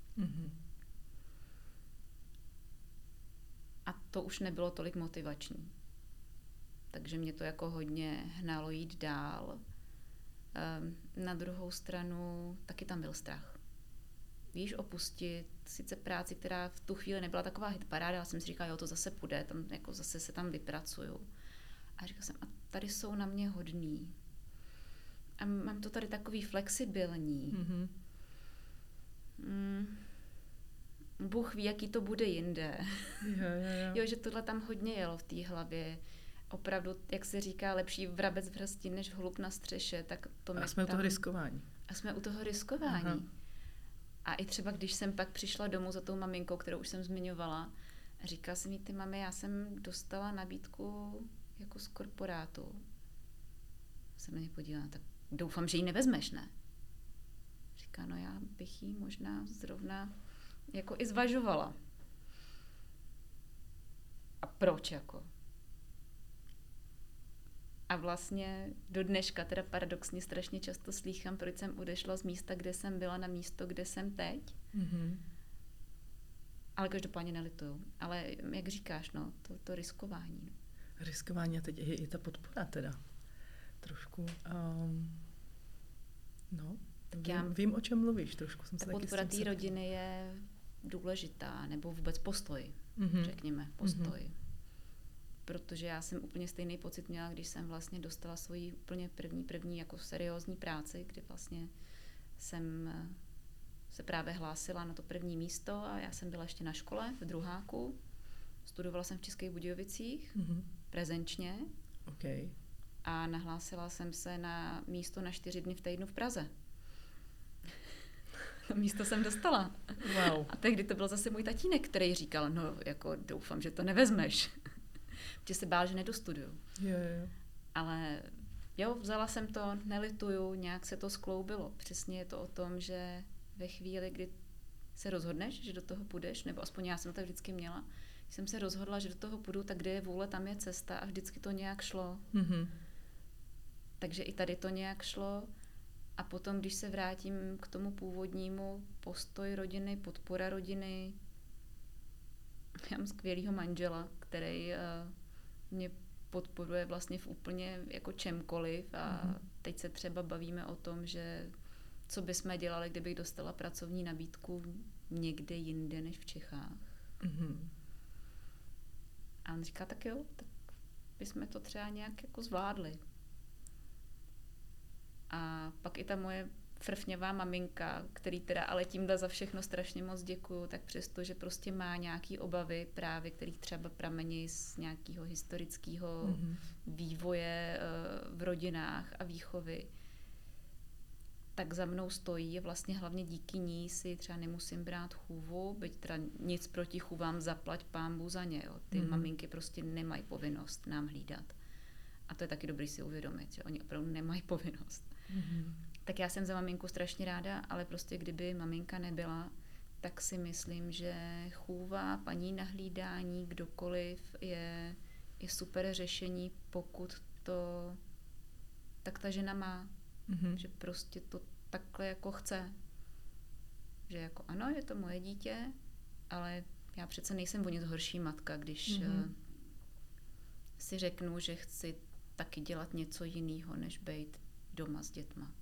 Speaker 2: A to už nebylo tolik motivační. Takže mě to jako hodně hnalo jít dál. Na druhou stranu taky tam byl strach. Víš, opustit sice práci, která v tu chvíli nebyla taková hitparáda, ale jsem si říkala, jo, to zase půjde, tam, jako zase se tam vypracuju. A říkala jsem, a tady jsou na mě hodný. A mám to tady takový flexibilní. Bůh ví, jaký to bude jinde. Jo, že tohle tam hodně jelo v té hlavě. Opravdu, jak se říká, lepší vrabec v hrsti, než holub na střeše. Tak to
Speaker 1: a jsme u toho riskování.
Speaker 2: A jsme u toho riskování. Aha. A i třeba, když jsem pak přišla domů za tou maminkou, kterou už jsem zmiňovala, a říkala jsem jí, ty mami, já jsem dostala nabídku jako z korporátu. Jsem na ně podívala, tak doufám, že ji nevezmeš, ne? Říká, no já bych ji možná zrovna jako i zvažovala. A proč jako? A vlastně do dneška, teda paradoxně strašně často slýchám, proč jsem odešla z místa, kde jsem byla, na místo, kde jsem teď. Ale každopádně nelituju. Ale jak říkáš, no, to riskování.
Speaker 1: Riskování a teď je i ta podpora teda. Trošku. No, vím, o čem mluvíš. Trošku jsem se taky
Speaker 2: podpora té rodiny je důležitá, nebo vůbec postoj, řekněme, postoj. Protože já jsem úplně stejný pocit měla, když jsem vlastně dostala svoji úplně první jako seriózní práci, kdy vlastně jsem se právě hlásila na to první místo a já jsem byla ještě na škole v druháku. Studovala jsem v Českých Budějovicích, prezenčně.
Speaker 1: Okay.
Speaker 2: a nahlásila jsem se na místo na 4 dny v týdnu v Praze. To místo jsem dostala.
Speaker 1: Wow.
Speaker 2: A tehdy to byl zase můj tatínek, který říkal, no jako doufám, že to nevezmeš. Protože se bál, že nedostuduju.
Speaker 1: Jo.
Speaker 2: Ale jo, vzala jsem to, nelituju, nějak se to skloubilo. Přesně je to o tom, že ve chvíli, kdy se rozhodneš, že do toho půjdeš, nebo aspoň já jsem to vždycky měla, když jsem se rozhodla, že do toho půjdu, tak kde je vůle, tam je cesta a vždycky to nějak šlo.
Speaker 1: Mm-hmm.
Speaker 2: Takže i tady to nějak šlo. A potom, když se vrátím k tomu původnímu, postoj rodiny, podpora rodiny, já mám skvělýho manžela, který mě podporuje vlastně v úplně jako čemkoliv a teď se třeba bavíme o tom, že co bychom dělali, kdybych dostala pracovní nabídku někde jinde než v Čechách. Mm-hmm. A on říká, tak jo, tak bychom to třeba nějak jako zvládli. A pak i ta moje frfňavá maminka, který teda ale tímhle za všechno strašně moc děkuju, tak přesto, že prostě má nějaký obavy právě, který třeba pramení z nějakého historického vývoje v rodinách a výchovy, tak za mnou stojí a vlastně hlavně díky ní si třeba nemusím brát chůvu, byť teda nic proti chůvám, zaplať pánbůh za ně. Jo. Ty maminky prostě nemají povinnost nám hlídat. A to je taky dobrý si uvědomit, že oni opravdu nemají povinnost. Mm-hmm. Tak já jsem za maminku strašně ráda, ale prostě kdyby maminka nebyla, tak si myslím, že chůva, paní na hlídání, kdokoliv je super řešení, pokud to tak ta žena má. Mm-hmm. Že prostě to takhle jako chce. Že jako ano, je to moje dítě, ale já přece nejsem o nic horší matka, když si řeknu, že chci taky dělat něco jiného, než být doma s dětma.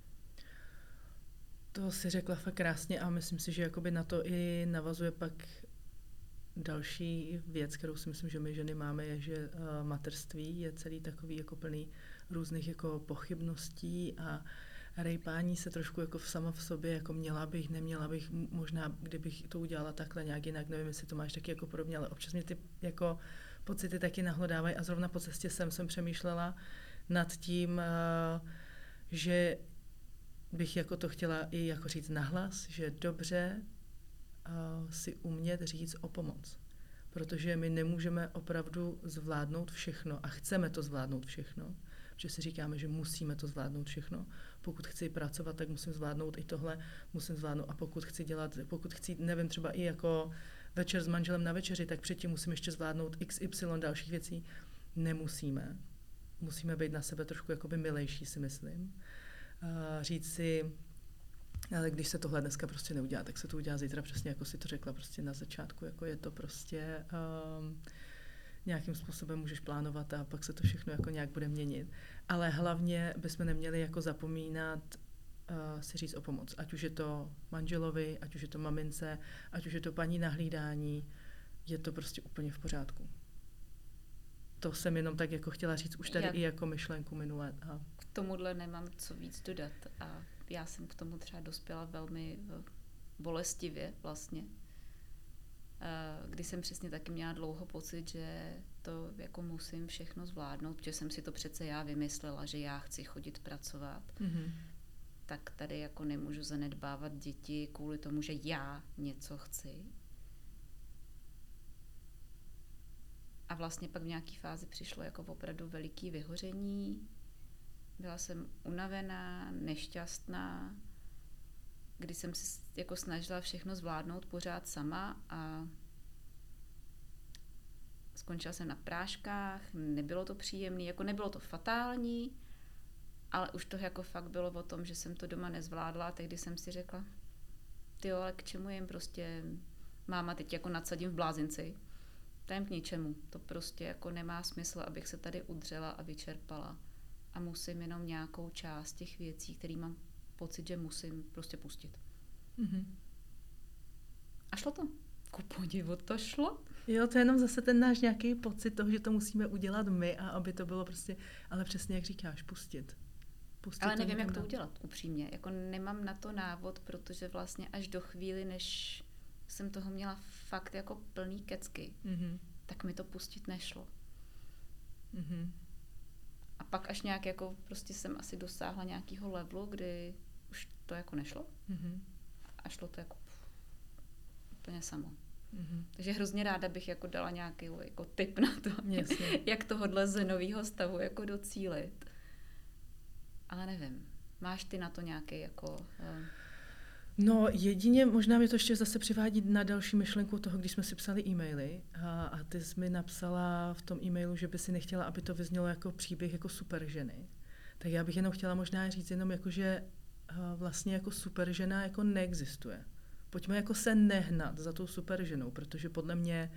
Speaker 1: To si řekla fakt krásně a myslím si, že jakoby na to i navazuje pak další věc, kterou si myslím, že my ženy máme, je, že mateřství je celý takový jako plný různých jako pochybností a rejpání se trošku jako sama v sobě, jako měla bych, neměla bych, možná kdybych to udělala takhle nějak jinak, nevím, jestli to máš taky jako podobně, ale občas mě ty jako pocity taky nahlodávají a zrovna po cestě jsem přemýšlela nad tím, že bych jako to chtěla i jako říct nahlas, že dobře si umět říct o pomoc. Protože my nemůžeme opravdu zvládnout všechno a chceme to zvládnout všechno. Protože si říkáme, že musíme to zvládnout všechno. Pokud chci pracovat, tak musím zvládnout i tohle, musím zvládnout. A pokud chci, nevím, třeba i jako večer s manželem na večeři, tak předtím musím ještě zvládnout XY dalších věcí. Nemusíme. Musíme být na sebe trošku jakoby milejší, si myslím. Říct si, ale když se tohle dneska prostě neudělá, tak se to udělá zítra, přesně jako si to řekla prostě na začátku, jako je to prostě nějakým způsobem můžeš plánovat a pak se to všechno jako nějak bude měnit. Ale hlavně bychom neměli jako zapomínat si říct o pomoc. Ať už je to manželovi, ať už je to mamince, ať už je to paní na hlídání, je to prostě úplně v pořádku. To jsem jenom tak jako chtěla říct už tady i jako myšlenku minulé.
Speaker 2: K tomuhle nemám co víc dodat a já jsem k tomu třeba dospěla velmi bolestivě vlastně, kdy jsem přesně taky měla dlouho pocit, že to jako musím všechno zvládnout, protože jsem si to přece já vymyslela, že já chci chodit pracovat. Mm-hmm. Tak tady jako nemůžu zanedbávat děti kvůli tomu, že já něco chci. A vlastně pak v nějaké fázi přišlo jako opravdu veliký vyhoření. Byla jsem unavená, nešťastná, kdy jsem si jako snažila všechno zvládnout pořád sama a skončila jsem na práškách, nebylo to příjemné, jako nebylo to fatální, ale už to jako fakt bylo o tom, že jsem to doma nezvládla a tehdy jsem si řekla, tyjo, ale k čemu jim prostě máma teď jako nadsadím v blázinci. To je k ničemu. To prostě jako nemá smysl, abych se tady udřela a vyčerpala. A musím jenom nějakou část těch věcí, které mám pocit, že musím prostě pustit. Mm-hmm. A šlo to. Ku podivu to šlo.
Speaker 1: Jo, to je jenom zase ten náš nějaký pocit toho, že to musíme udělat my a aby to bylo prostě, ale přesně jak říkáš, pustit.
Speaker 2: Ale nevím, jak to udělat, upřímně. Jako nemám na to návod, protože vlastně až do chvíli, než jsem toho měla fakt jako plný kecky, tak mi to pustit nešlo.
Speaker 1: Mm-hmm.
Speaker 2: A pak až nějak jako prostě jsem asi dosáhla nějakého levelu, kdy už to jako nešlo. A šlo to jako úplně samo. Takže hrozně ráda bych jako dala nějaký jako tip na to, jak tohodle zenovýho stavu jako docílit. Ale nevím. Máš ty na to nějaký jako...
Speaker 1: No jedině, možná mi to ještě zase přivádí na další myšlenku toho, když jsme si psali e-maily a ty jsi mi napsala v tom e-mailu, že by si nechtěla, aby to vyznělo jako příběh jako super ženy. Tak já bych jenom chtěla možná říct jenom jako, že vlastně jako super žena jako neexistuje. Pojďme jako se nehnat za tou super ženou, protože podle mě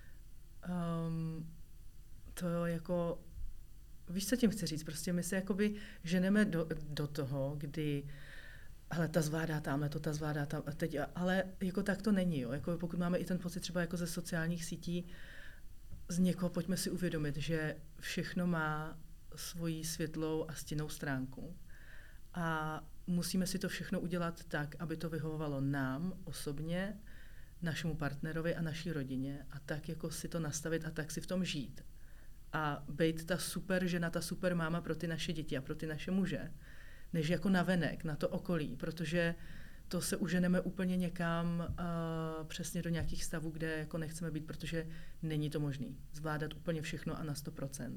Speaker 1: to jako, víš, co tím chci říct, prostě my se jakoby ženeme do toho, kdy ale ta zvládá tamhle, ta zvládá tam, teď, ale jako tak to není, jo. Jako pokud máme i ten pocit třeba jako ze sociálních sítí, z někoho pojďme si uvědomit, že všechno má svoji světlou a stinnou stránku. A musíme si to všechno udělat tak, aby to vyhovovalo nám osobně, našemu partnerovi a naší rodině a tak jako si to nastavit a tak si v tom žít. A být ta super žena, ta super máma pro ty naše děti a pro ty naše muže, než jako navenek, na to okolí, protože to se uženeme úplně někam přesně do nějakých stavů, kde jako nechceme být, protože není to možný zvládat úplně všechno a na 100%.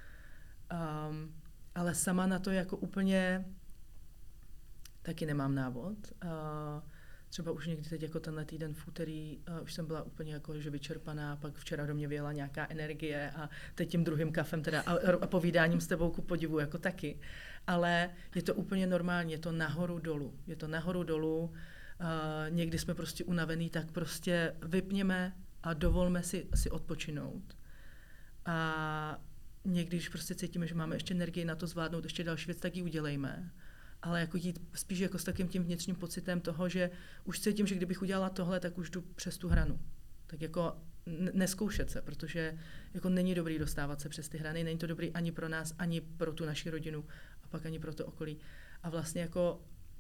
Speaker 1: Ale sama na to jako úplně taky nemám návod. Třeba už někdy teď jako tenhle týden v úterý už jsem byla úplně jako že vyčerpaná, pak včera do mě vyjela nějaká energie a teď tím druhým kafem teda a povídáním s tebou ku podivu jako taky. Ale je to úplně normální, je to nahoru dolů. Někdy jsme prostě unavený, tak prostě vypněme a dovolme si odpočinout. A někdy, když prostě cítíme, že máme ještě energii na to zvládnout ještě další věc, tak ji udělejme. Ale jako jít spíš jako s takým tím vnitřním pocitem toho, že už cítím, že kdybych udělala tohle, tak už jdu přes tu hranu. Tak jako neskoušet se, protože jako není dobrý dostávat se přes ty hrany, není to dobrý ani pro nás, ani pro tu naši rodinu a pak ani pro to okolí. A vlastně jako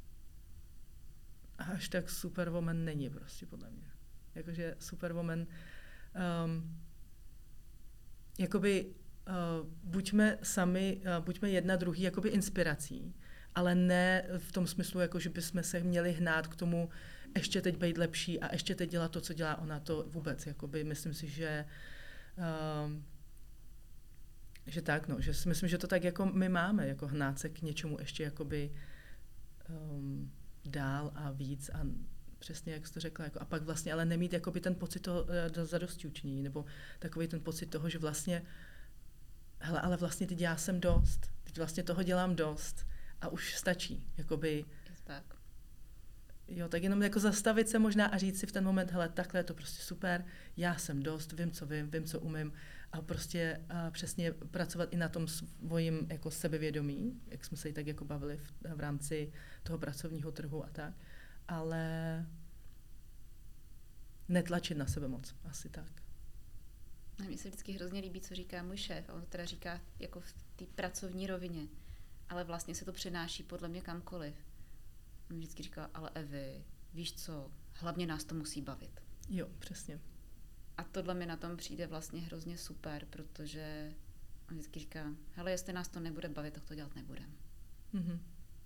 Speaker 1: až tak superwoman není prostě podle mě. Jakože superwoman jakoby buďme sami, buďme jedna druhý jakoby inspirací, ale ne v tom smyslu, jako že bychom se měli hnát k tomu ještě teď být lepší a ještě teď dělat to, co dělá ona, to vůbec. Jakoby, myslím si, že tak, no, že si myslím, že to tak jako my máme, jako hnát se k něčemu ještě jakoby dál a víc a přesně, jak jsi to řekla, jako, a pak vlastně ale nemít jakoby ten pocit toho zadostiučinění, nebo takový ten pocit toho, že vlastně hele, ale vlastně teď já jsem dost, teď vlastně toho dělám dost a už stačí, jakoby.
Speaker 2: Tak.
Speaker 1: Jo, tak jenom jako zastavit se možná a říct si v ten moment, hele, takhle je to prostě super, já jsem dost, vím, co umím a prostě přesně pracovat i na tom svojím jako sebevědomí, jak jsme se i tak jako bavili v rámci toho pracovního trhu a tak, ale netlačit na sebe moc, asi tak.
Speaker 2: Mně se vždycky hrozně líbí, co říká můj šéf, on teda říká jako v té pracovní rovině, ale vlastně se to přenáší podle mě kamkoliv. On vždycky říká, ale Evi, víš co, hlavně nás to musí bavit.
Speaker 1: Jo, přesně.
Speaker 2: A tohle mi na tom přijde vlastně hrozně super, protože on vždycky říká, hele, jestli nás to nebude bavit, tak to dělat nebudem.
Speaker 1: Mm-hmm.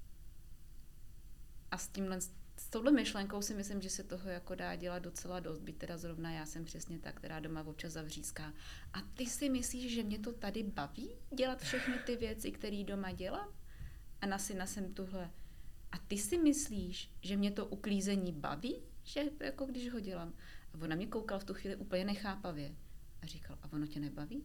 Speaker 2: A s touhle myšlenkou si myslím, že se toho jako dá dělat docela dost, byť teda zrovna já jsem přesně ta, která doma občas zavříská. A ty si myslíš, že mě to tady baví dělat všechny ty věci, které doma dělám? A na syna jsem tuhle. A ty si myslíš, že mě to uklízení baví? Že jako když ho dělám? A ona mě koukala v tu chvíli úplně nechápavě. A říkal, a ono tě nebaví?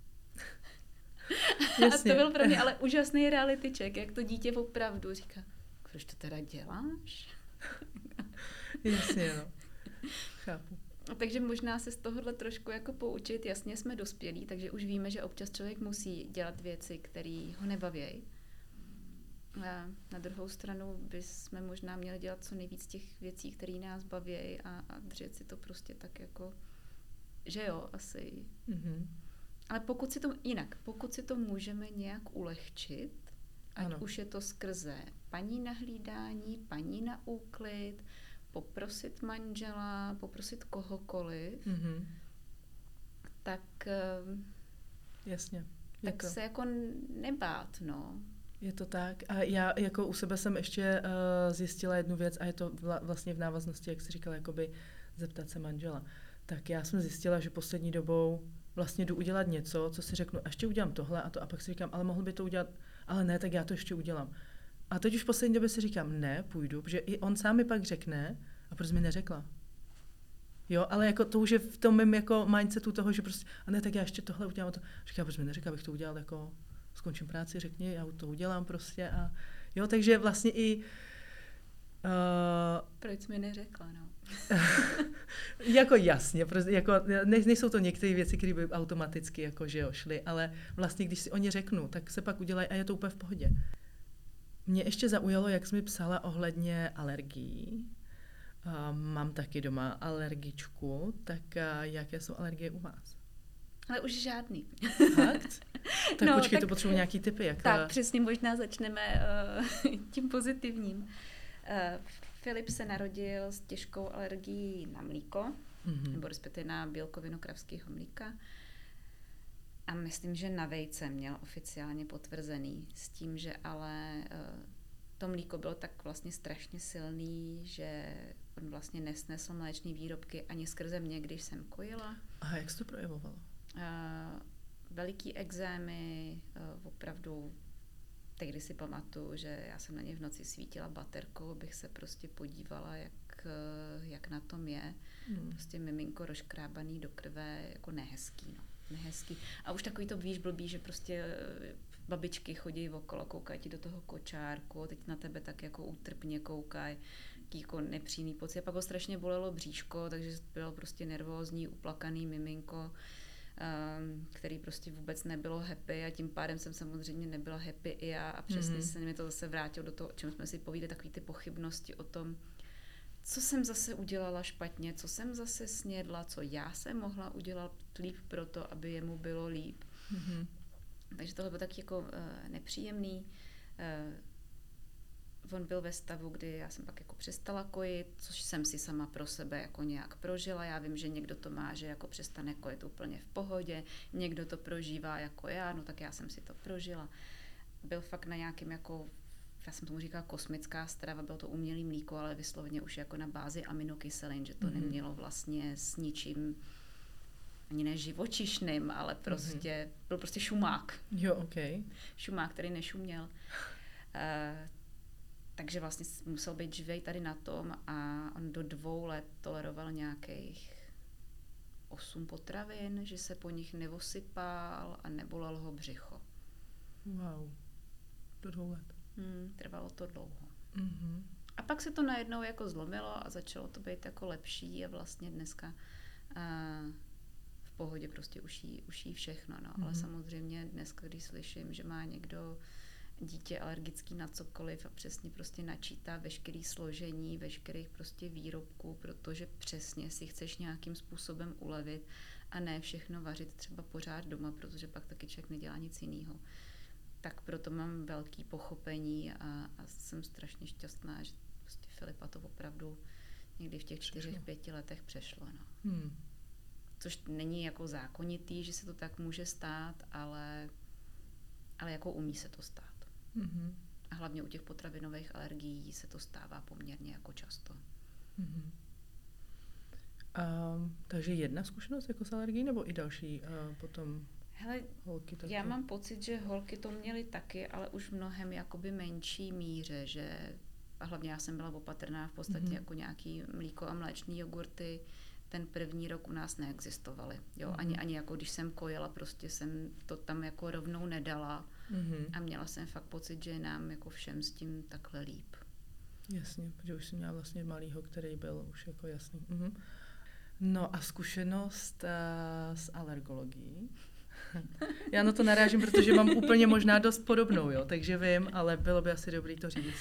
Speaker 1: Jasně.
Speaker 2: A to byl pro mě ale úžasný reality check, jak to dítě opravdu říká, proč to teda děláš?
Speaker 1: Jasně, no. Chápu.
Speaker 2: Takže možná se z tohohle trošku jako poučit, jasně jsme dospělí, takže už víme, že občas člověk musí dělat věci, které ho nebaví. A na druhou stranu bychom možná měli dělat co nejvíc těch věcí, které nás baví a držet si to prostě tak jako, že jo, asi.
Speaker 1: Mm-hmm.
Speaker 2: Ale pokud si to můžeme nějak ulehčit, ať ano. Už je to skrze paní na hlídání, paní na úklid, poprosit manžela, poprosit kohokoliv,
Speaker 1: mm-hmm.
Speaker 2: tak...
Speaker 1: Jasně.
Speaker 2: tak se jako nebát, no.
Speaker 1: Je to tak. A já jako u sebe jsem ještě zjistila jednu věc a je to vlastně v návaznosti, jak jsi říkala, jakoby zeptat se manžela. Tak já jsem zjistila, že poslední dobou vlastně jdu udělat něco, co si řeknu, ještě udělám tohle a to, a pak si říkám, ale mohl by to udělat, ale ne, tak já to ještě udělám. A teď už v poslední době si říkám, ne, půjdu, protože i on sám mi pak řekne, a proč mi neřekla. Jo, ale jako to už je v tom mém jako mindsetu toho, že prostě, a ne, tak já ještě tohle udělám. To. Říkám, proč mi neřekla, abych to udělal, jako skončím práci, řekni, já to udělám prostě. A jo, takže vlastně i...
Speaker 2: Proč jsi mi neřekla, no?
Speaker 1: Jako jasně, prostě, jako, nejsou to některé věci, které by automaticky jako, že jo, šly, ale vlastně, když si o ně řeknu, tak se pak udělají a je to úplně v pohodě. Mě ještě zaujalo, jak jsi mi psala ohledně alergií. Mám taky doma alergičku, tak jaké jsou alergie u vás?
Speaker 2: Ale už žádný.
Speaker 1: Fakt? Tak počkej, tak, to potřebuji nějaký tipy. Jak...
Speaker 2: Tak přesně, možná začneme tím pozitivním. Filip se narodil s těžkou alergií na mlíko, nebo respektive na bílkovinu kravského mlíka. A myslím, že na vejce měl oficiálně potvrzený s tím, že ale to mlíko bylo tak vlastně strašně silný, že on vlastně nesnesl mléčné výrobky ani skrze mě, když jsem kojila.
Speaker 1: A jak se to projevovalo?
Speaker 2: Veliký ekzémy, opravdu, tehdy si pamatuju, že já jsem na ně v noci svítila baterkou, abych se prostě podívala, jak na tom je. Prostě miminko rozkrábaný do krve, jako nehezký, no. Nehezký. A už takový to víš blbý, že prostě babičky chodí okolo, koukají ti do toho kočárku, teď na tebe tak jako útrpně koukají, jako nepříjemný pocit. A pak ho strašně bolelo bříško, takže bylo prostě nervózní, uplakaný miminko, který prostě vůbec nebylo happy a tím pádem jsem samozřejmě nebyla happy i já a přesně se mi to zase vrátilo do toho, o čem jsme si povídali, takový ty pochybnosti o tom, co jsem zase udělala špatně, co jsem zase snědla, co já jsem mohla udělat líp pro to, aby jemu bylo líp. Takže tohle bylo taky jako nepříjemný. On byl ve stavu, kdy já jsem pak jako přestala kojit, což jsem si sama pro sebe jako nějak prožila. Já vím, že někdo to má, že jako přestane kojit úplně v pohodě, někdo to prožívá jako já, no tak já jsem si to prožila. Byl fakt na nějakým jako, já jsem tomu říkala kosmická strava, bylo to umělý mlíko, ale vysloveně už jako na bázi aminokyselin, že to nemělo vlastně s ničím ani ne živočišným, ale prostě byl prostě šumák.
Speaker 1: Jo, okay.
Speaker 2: Šumák, který nešuměl. Takže vlastně musel být živej tady na tom a on do 2 let toleroval nějakých 8 potravin, že se po nich nevosypal a nebolel ho břicho.
Speaker 1: Wow, do 2 let.
Speaker 2: Trvalo to dlouho. A pak se to najednou jako zlomilo a začalo to být jako lepší a vlastně dneska v pohodě prostě uší všechno. No. Ale samozřejmě dneska, když slyším, že má někdo dítě alergický na cokoliv a přesně prostě načítá veškerý složení, veškerých prostě výrobků, protože přesně si chceš nějakým způsobem ulevit a ne všechno vařit třeba pořád doma, protože pak taky člověk nedělá nic jiného. Tak proto mám velký pochopení a jsem strašně šťastná, že prostě Filipa to opravdu někdy v těch 4-5 letech přešlo. No. Což není jako zákonitý, že se to tak může stát, ale jako umí se to stát. A hlavně u těch potravinových alergií se to stává poměrně jako často.
Speaker 1: Takže jedna zkušenost jako s alergií, nebo i další potom?
Speaker 2: Hele,
Speaker 1: holky taky?
Speaker 2: Já mám pocit, že holky to měly taky, ale už v mnohem jakoby menší míře, že a hlavně já jsem byla opatrná v podstatě jako nějaký mlíko a mléčný jogurty. Ten první rok u nás neexistovaly. Jo? Ani jako když jsem kojila, prostě jsem to tam jako rovnou nedala a měla jsem fakt pocit, že je nám jako všem s tím takhle líp.
Speaker 1: Jasně, protože už jsem měla vlastně malýho, který byl už jako jasný. No a zkušenost s alergologií. Já na to narážím, protože mám úplně možná dost podobnou, jo, takže vím, ale bylo by asi dobrý to říct.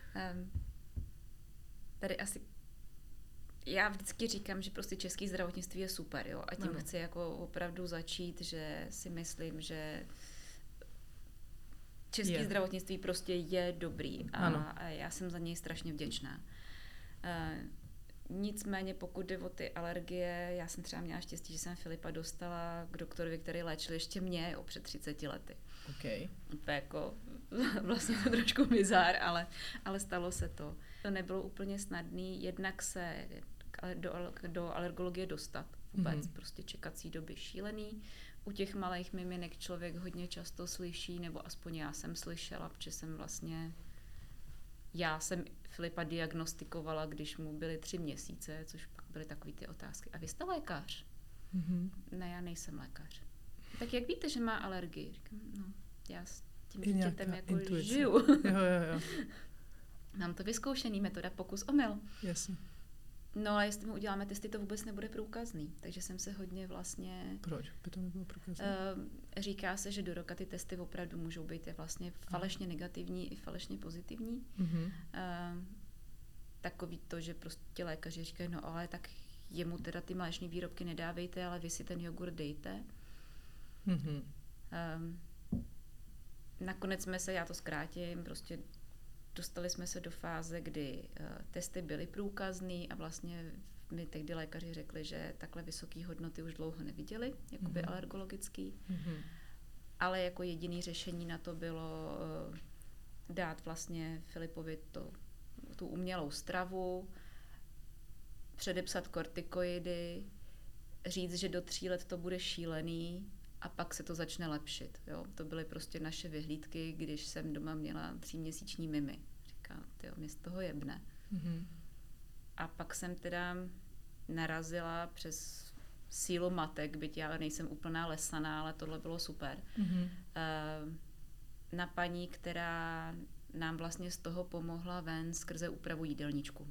Speaker 2: Tady asi já vždycky říkám, že prostě české zdravotnictví je super, jo, a tím chci jako opravdu začít, že si myslím, že české zdravotnictví prostě je dobrý a já jsem za něj strašně vděčná. Nicméně pokud jde o ty alergie, já jsem třeba měla štěstí, že jsem Filipa dostala k doktorovi, který léčil ještě mě před 30 lety.
Speaker 1: Okay.
Speaker 2: To je jako vlastně to trošku bizár, ale stalo se to. To nebylo úplně snadný, jednak se do alergologie dostat vůbec, prostě čekací doby šílený. U těch malých miminek člověk hodně často slyší, nebo aspoň já jsem slyšela, protože já jsem Filipa diagnostikovala, když mu byly 3 měsíce, což pak byly takové ty otázky. A vy jste lékař? Ne, já nejsem lékař. Tak jak víte, že má alergii? Říkám, no, já s tím dítětem jako žiju.
Speaker 1: Jo.
Speaker 2: Mám to vyzkoušený, metoda pokus omyl.
Speaker 1: Jasně.
Speaker 2: No ale jestli mu uděláme testy, to vůbec nebude průkazný. Takže jsem se hodně vlastně...
Speaker 1: Proč by to nebylo průkazný?
Speaker 2: Říká se, že do roka ty testy opravdu můžou být vlastně falešně negativní i falešně pozitivní. Takový to, že prostě lékaři říkají, no ale tak jemu teda ty mléčné výrobky nedávejte, ale vy si ten jogurt dejte. Nakonec já to zkrátím, prostě dostali jsme se do fáze, kdy testy byly průkazný a vlastně mi tehdy lékaři řekli, že takhle vysoké hodnoty už dlouho neviděli, jakoby alergologický. Ale jako jediné řešení na to bylo dát vlastně Filipovi tu umělou stravu, předepsat kortikoidy, říct, že do 3 let to bude šílený a pak se to začne lepšit. Jo? To byly prostě naše vyhlídky, když jsem doma měla 3měsíční mimi. Říkám, mě z toho jebne. A pak jsem teda narazila přes sílu matek, byť já nejsem úplná lesaná, ale tohle bylo super. Na paní, která nám vlastně z toho pomohla ven skrze úpravu jídelníčku.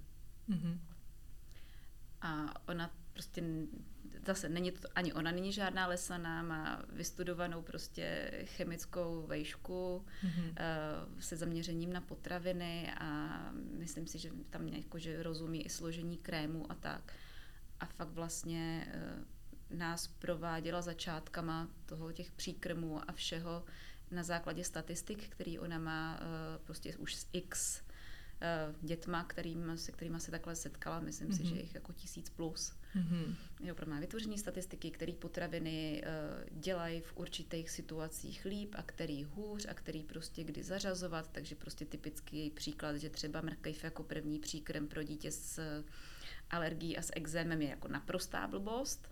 Speaker 2: A ona prostě zase ani ona není žádná lesaná, má vystudovanou prostě chemickou vejšku se zaměřením na potraviny a myslím si, že tam že rozumí i složení krému a tak. A fakt vlastně nás prováděla začátkama těch příkrmů a všeho na základě statistik, který ona má prostě už z X dětma, se kterýma se takhle setkala, myslím si, že jich jako 1000+. Je opravdu má vytvořené statistiky, které potraviny dělají v určitých situacích líp a který hůř a který prostě kdy zařazovat, takže prostě typický příklad, že třeba mrkev jako první příkrm pro dítě s alergií a s ekzémem je jako naprostá blbost.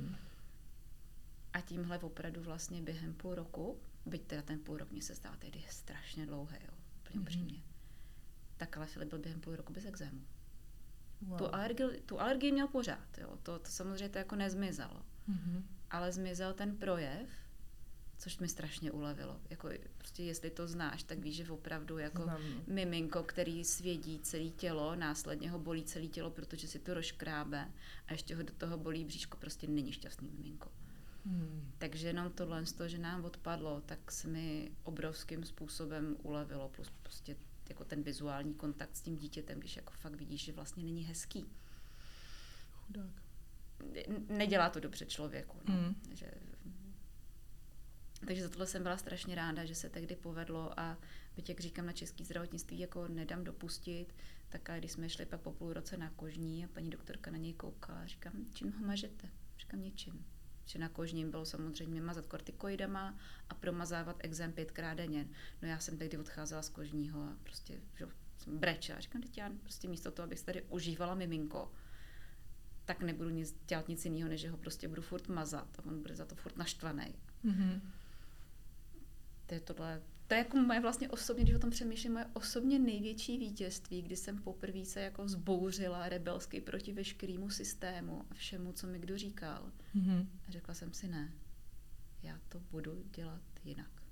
Speaker 2: A tímhle opravdu vlastně během půl roku, byť teda ten půl rok mě se zdá tehdy strašně dlouhé, jo, úplně upřímně. Tak ale Filip byl během půl roku bez ekzému. Wow. Tu alergii měl pořád, jo. To samozřejmě to jako nezmizelo. Ale zmizel ten projev, což mi strašně ulevilo. Jako prostě jestli to znáš, tak víš, že opravdu jako miminko, který svědí celé tělo, následně ho bolí celé tělo, protože si to rozškrábe a ještě ho do toho bolí bříško, prostě není šťastný miminko. Takže jenom tohle z toho, že nám odpadlo, tak se mi obrovským způsobem ulevilo, plus prostě jako ten vizuální kontakt s tím dítětem, když jako fakt vidíš, že vlastně není hezký.
Speaker 1: Chudák.
Speaker 2: Nedělá to dobře člověku. No. Takže za tohle jsem byla strašně ráda, že se tehdy povedlo a byť, jak říkám, na české zdravotnictví jako nedám dopustit, tak a když jsme šli pak po půl roce na kožní a paní doktorka na něj koukala a říkám, čím ho mažete? Říkám, ničím. Že na kožním bylo samozřejmě mazat kortikoidama a promazávat exém 5krát denně. No já jsem tehdy odcházela z kožního a prostě jsem brečela. Říkám, teď já prostě místo toho, abych tady užívala miminko, tak nebudu dělat nic jiného, než že ho prostě budu furt mazat a on bude za to furt naštvaný. To je jako moje vlastně osobně, když o tom přemýšlím, moje osobně největší vítězství, kdy jsem poprvé se jako zbouřila rebelsky proti veškerému systému a všemu, co mi kdo říkal. A řekla jsem si ne, já to budu dělat jinak.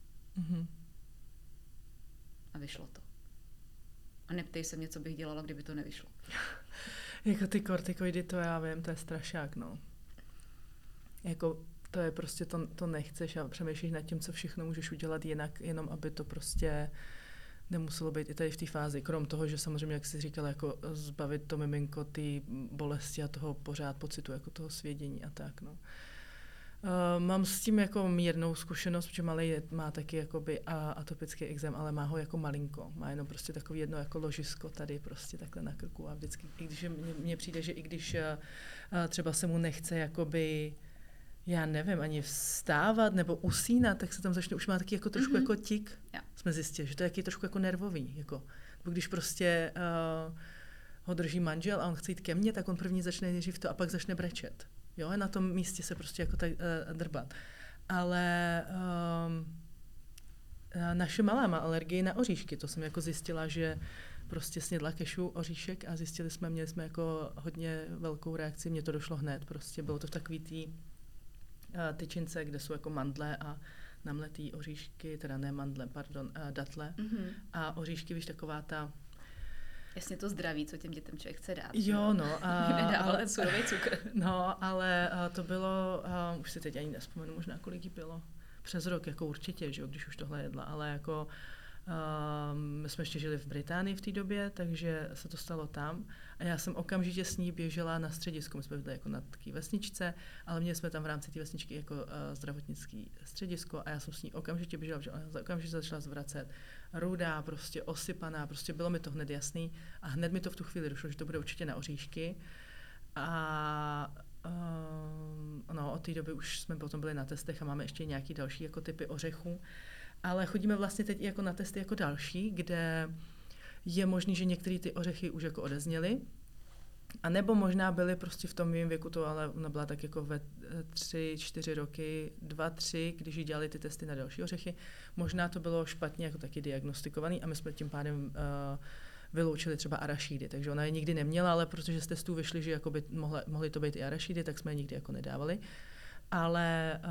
Speaker 2: A vyšlo to. A neptej se mě, co bych dělala, kdyby to nevyšlo.
Speaker 1: Jako ty kortikoidy, to já vím, to je strašák, no. Jako to je prostě, to nechceš a přemýšlíš nad tím, co všechno můžeš udělat jinak, jenom aby to prostě nemuselo být i tady v té fázi. Krom toho, že samozřejmě, jak jsi říkala, jako zbavit to miminko té bolesti a toho pořád pocitu, jako toho svědění a tak, no. Mám s tím jako mírnou zkušenost, protože malý má taky jakoby atopický ekzém, ale má ho jako malinko. Má jenom prostě takový jedno jako ložisko tady prostě takhle na krku a vždycky, i když mně přijde, že i když třeba se mu nechce jakoby, já nevím, ani vstávat nebo usínat, tak se tam začne, už má taky jako trošku jako tik.
Speaker 2: Yeah.
Speaker 1: Jsme zjistili, že to je taky trošku jako nervový. Jako. Nebo když prostě ho drží manžel a on chce jít ke mně, tak on první začne nejdřív to a pak začne brečet. Jo, a na tom místě se prostě jako tak drbat. Ale naše malá má alergii na oříšky. To jsem jako zjistila, že prostě snědla kešu oříšek a měli jsme jako hodně velkou reakci. Mně to došlo hned. Prostě bylo to v takový tý tyčince, kde jsou jako mandle a namletý oříšky, teda ne mandle, pardon, datle. A oříšky, víš, taková ta...
Speaker 2: Jasně to zdraví, co těm dětem člověk chce dát.
Speaker 1: Jo, no.
Speaker 2: Nedával ten surový cukr.
Speaker 1: No, ale to bylo, už si teď ani nespomenu, možná kolik jí bylo. Přes rok, jako určitě, že jo, když už tohle jedla, ale jako my jsme ještě žili v Británii v té době, takže se to stalo tam a já jsem okamžitě s ní běžela na středisko. My jsme byli jako na takové vesničce, ale měli jsme tam v rámci té vesničky jako zdravotnický středisko a já jsem s ní okamžitě běžela, že ona okamžitě začala zvracet. Rudá, prostě osypaná, prostě bylo mi to hned jasný a hned mi to v tu chvíli došlo, že to bude určitě na oříšky. A no, od té doby už jsme potom byli na testech a máme ještě nějaký další jako typy ořechů. Ale chodíme vlastně teď i jako na testy jako další, kde je možný, že některé ty ořechy už jako odezněly. A nebo možná byly prostě v tom mým věku, to ale ona byla tak jako ve 3-4 roky, 2-3, když jí dělali ty testy na další ořechy. Možná to bylo špatně jako taky diagnostikovaný a my jsme tím pádem vyloučili třeba arašídy. Takže ona je nikdy neměla, ale protože z testů vyšly, že jako by mohly to být i arašídy, tak jsme je nikdy jako nedávali. Ale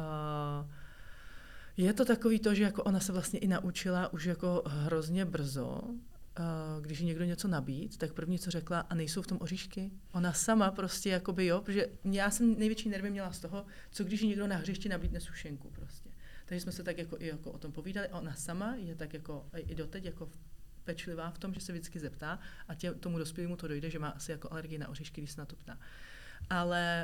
Speaker 1: je to takový to, že jako ona se vlastně i naučila už jako hrozně brzo, když jí někdo něco nabít, tak první, co řekla, a nejsou v tom oříšky? Ona sama prostě jakoby jo, protože já jsem největší nervy měla z toho, co když jí někdo na hřišti nabídne sušenku prostě. Takže jsme se tak jako i jako o tom povídali a ona sama je tak jako i doteď jako pečlivá v tom, že se vždycky zeptá a tomu dospělému to dojde, že má asi jako alergii na oříšky, když se na to ptá. Ale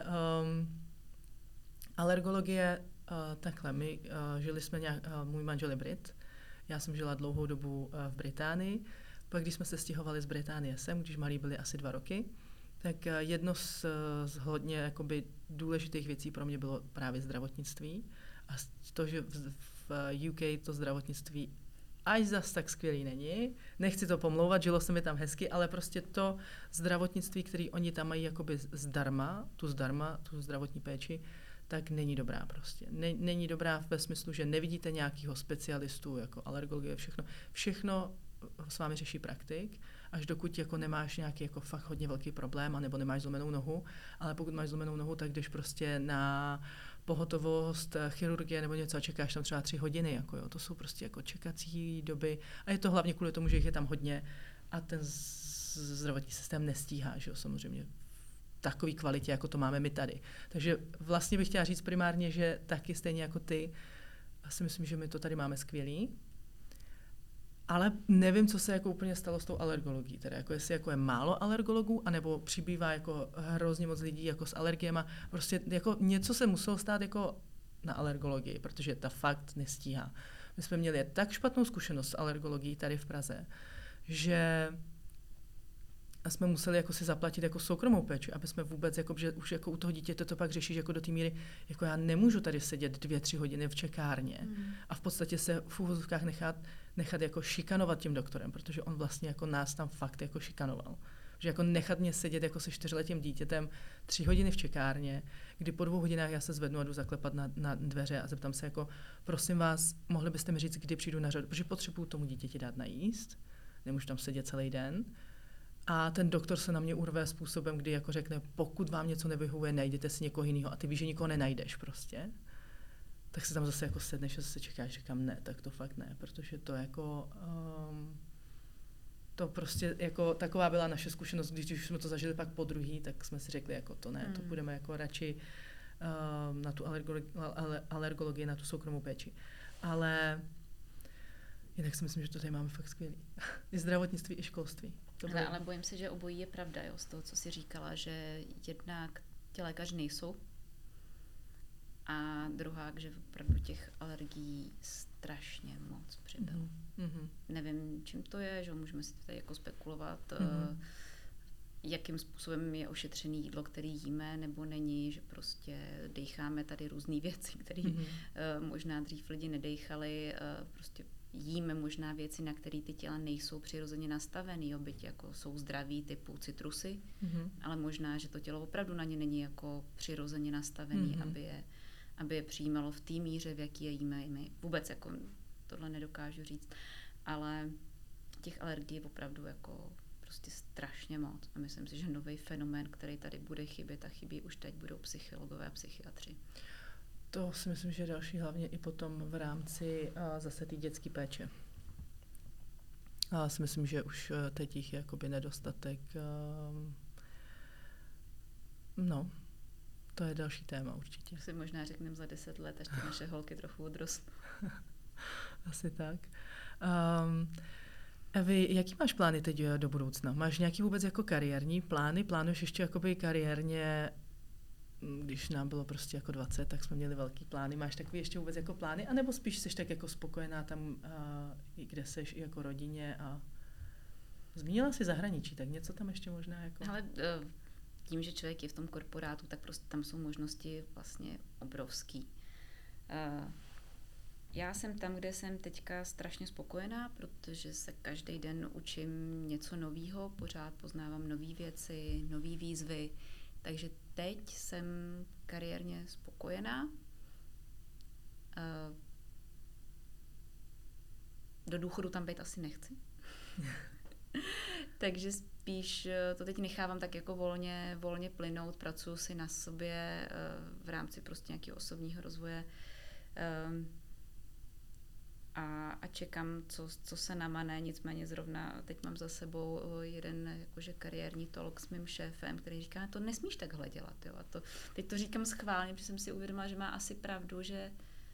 Speaker 1: alergologie, takhle, my žili jsme můj manžel je Brit, já jsem žila dlouhou dobu v Británii, pak když jsme se stěhovali z Británie sem, když malí byli asi 2 roky, tak jedno z hodně jakoby důležitých věcí pro mě bylo právě zdravotnictví a to, že v UK to zdravotnictví až zas tak skvělý není. Nechci to pomlouvat, žilo se mi tam hezky, ale prostě to zdravotnictví, který oni tam mají jakoby zdarma, tu zdravotní péči, tak není dobrá prostě. Není dobrá ve smyslu, že nevidíte nějakého specialistu, jako alergologie, všechno s vámi řeší praktik, až dokud jako nemáš nějaký jako fakt hodně velký problém, anebo nemáš zlomenou nohu, ale pokud máš zlomenou nohu, tak jdeš prostě na pohotovost, chirurgie nebo něco a čekáš tam třeba 3 hodiny, jako jo. To jsou prostě jako čekací doby a je to hlavně kvůli tomu, že jich je tam hodně a ten zdravotní systém nestíhá, že jo, samozřejmě takový kvalitě, jako to máme my tady. Takže vlastně bych chtěla říct primárně, že taky stejně jako ty, asi myslím, že my to tady máme skvělý, ale nevím, co se jako úplně stalo s tou alergologií, teda jako jestli jako je málo alergologů, anebo přibývá jako hrozně moc lidí jako s alergiema, prostě jako něco se muselo stát jako na alergologii, protože ta fakt nestíhá. My jsme měli tak špatnou zkušenost s alergologií tady v Praze, že jsme museli jako si zaplatit jako soukromou péči, aby jsme vůbec, jako, že už jako u toho dítěte to pak řešíš jako do té míry, jako já nemůžu tady sedět 2-3 hodiny v čekárně a v podstatě se v úvozovkách nechat jako šikanovat tím doktorem, protože on vlastně jako nás tam fakt jako šikanoval. Že jako nechat mě sedět jako se 4letým dítětem 3 hodiny v čekárně, kdy po 2 hodinách já se zvednu a jdu zaklepat na dveře a zeptám se jako, prosím vás, mohli byste mi říct, kdy přijdu na řadu, protože potřebuju tomu dítěti dát najíst, nemůžu tam sedět celý den. A ten doktor se na mě urve způsobem, kdy jako řekne, pokud vám něco nevyhovuje, najděte si někoho jiného a ty víš, že nikoho nenajdeš prostě. Tak se tam zase jako sedneš a zase čekáš, říkám ne, tak to fakt ne, protože to jako to prostě jako taková byla naše zkušenost, když jsme to zažili pak po druhý, tak jsme si řekli jako to ne, to budeme jako radši na tu alergologii, na tu soukromou péči. Ale jinak si myslím, že to tady máme fakt skvělý. I zdravotnictví, i školství.
Speaker 2: Ale bojím se, že obojí je pravda, jo, z toho, co jsi říkala, že jednak ti lékaři nejsou A druhá, že opravdu těch alergií strašně moc přibylo. Nevím, čím to je, že můžeme si tady jako spekulovat, jakým způsobem je ošetřený jídlo, který jíme, nebo není, že prostě dejcháme tady různé věci, které možná dřív lidi nedejchali, prostě jíme možná věci, na které ty těla nejsou přirozeně nastavený, byť jako jsou zdraví typu citrusy, ale možná, že to tělo opravdu na ně není jako přirozeně nastavený, aby je přijímalo v té míře, v jaký je jíme my. Vůbec jako tohle nedokážu říct, ale těch alergií je opravdu jako prostě strašně moc. A myslím si, že nový fenomén, který tady bude chybět a chybí už teď, budou psychologové a psychiatři.
Speaker 1: To si myslím, že další hlavně i potom v rámci zase té dětské péče. A si myslím, že už teď jich je jakoby nedostatek. No, to je další téma určitě.
Speaker 2: Si možná řekneme za 10 let, až ty naše holky trochu odrostnou.
Speaker 1: Asi tak. Evi, jaký máš plány teď do budoucna? Máš nějaký vůbec jako kariérní plány? Plánuješ ještě jakoby kariérně, když nám bylo prostě jako 20, tak jsme měli velký plány. Máš takový ještě vůbec jako plány? A nebo spíš jsi tak jako spokojená tam, kde seš i jako rodině a zmínila jsi zahraničí, tak něco tam ještě možná jako...
Speaker 2: Ale tím, že člověk je v tom korporátu, tak prostě tam jsou možnosti vlastně obrovský. Já jsem tam, kde jsem teďka strašně spokojená, protože se každý den učím něco novýho, pořád poznávám nové věci, nové výzvy, takže teď jsem kariérně spokojená. Do důchodu tam být asi nechci. Takže spíš to teď nechávám tak jako volně plynout, pracuji si na sobě v rámci prostě nějakého osobního rozvoje a čekám, co se namane, nicméně zrovna teď mám za sebou jeden jakože kariérní talk s mým šéfem, který říká, to nesmíš takhle dělat. Jo? A teď to říkám schválně, protože jsem si uvědomila, že má asi pravdu, že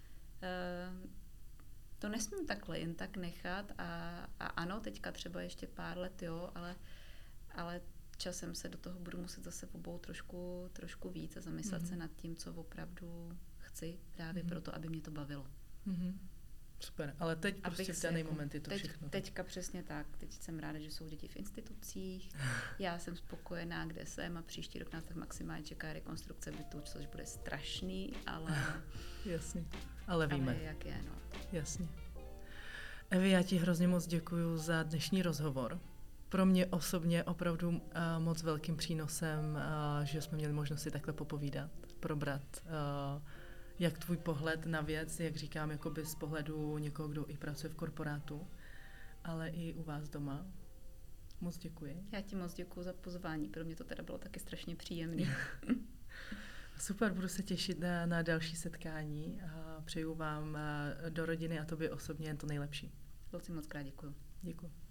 Speaker 2: to nesmím takhle jen tak nechat a ano, teďka třeba ještě pár let, jo, ale časem se do toho budu muset zase obout trošku víc a zamyslet se nad tím, co opravdu chci právě proto, aby mě to bavilo.
Speaker 1: Super, ale teď prostě v daný moment je to všechno.
Speaker 2: Teďka přesně tak. Teď jsem ráda, že jsou děti v institucích. Já jsem spokojená, kde jsem a příští rok nás tak maximálně čeká rekonstrukce bytu, což bude strašný, ale...
Speaker 1: Jasně, ale víme.
Speaker 2: Ale jak je, no.
Speaker 1: Jasně. Evi, já ti hrozně moc děkuju za dnešní rozhovor. Pro mě osobně opravdu moc velkým přínosem, že jsme měli možnost si takhle popovídat, probrat jak tvůj pohled na věc, jak říkám, jakoby z pohledu někoho, kdo i pracuje v korporátu, ale i u vás doma. Moc děkuji.
Speaker 2: Já ti moc děkuji za pozvání, pro mě to teda bylo taky strašně příjemné.
Speaker 1: Super, budu se těšit na další setkání a přeju vám do rodiny a tobě osobně jen to nejlepší.
Speaker 2: Velmi moc krát děkuji.
Speaker 1: Děkuji.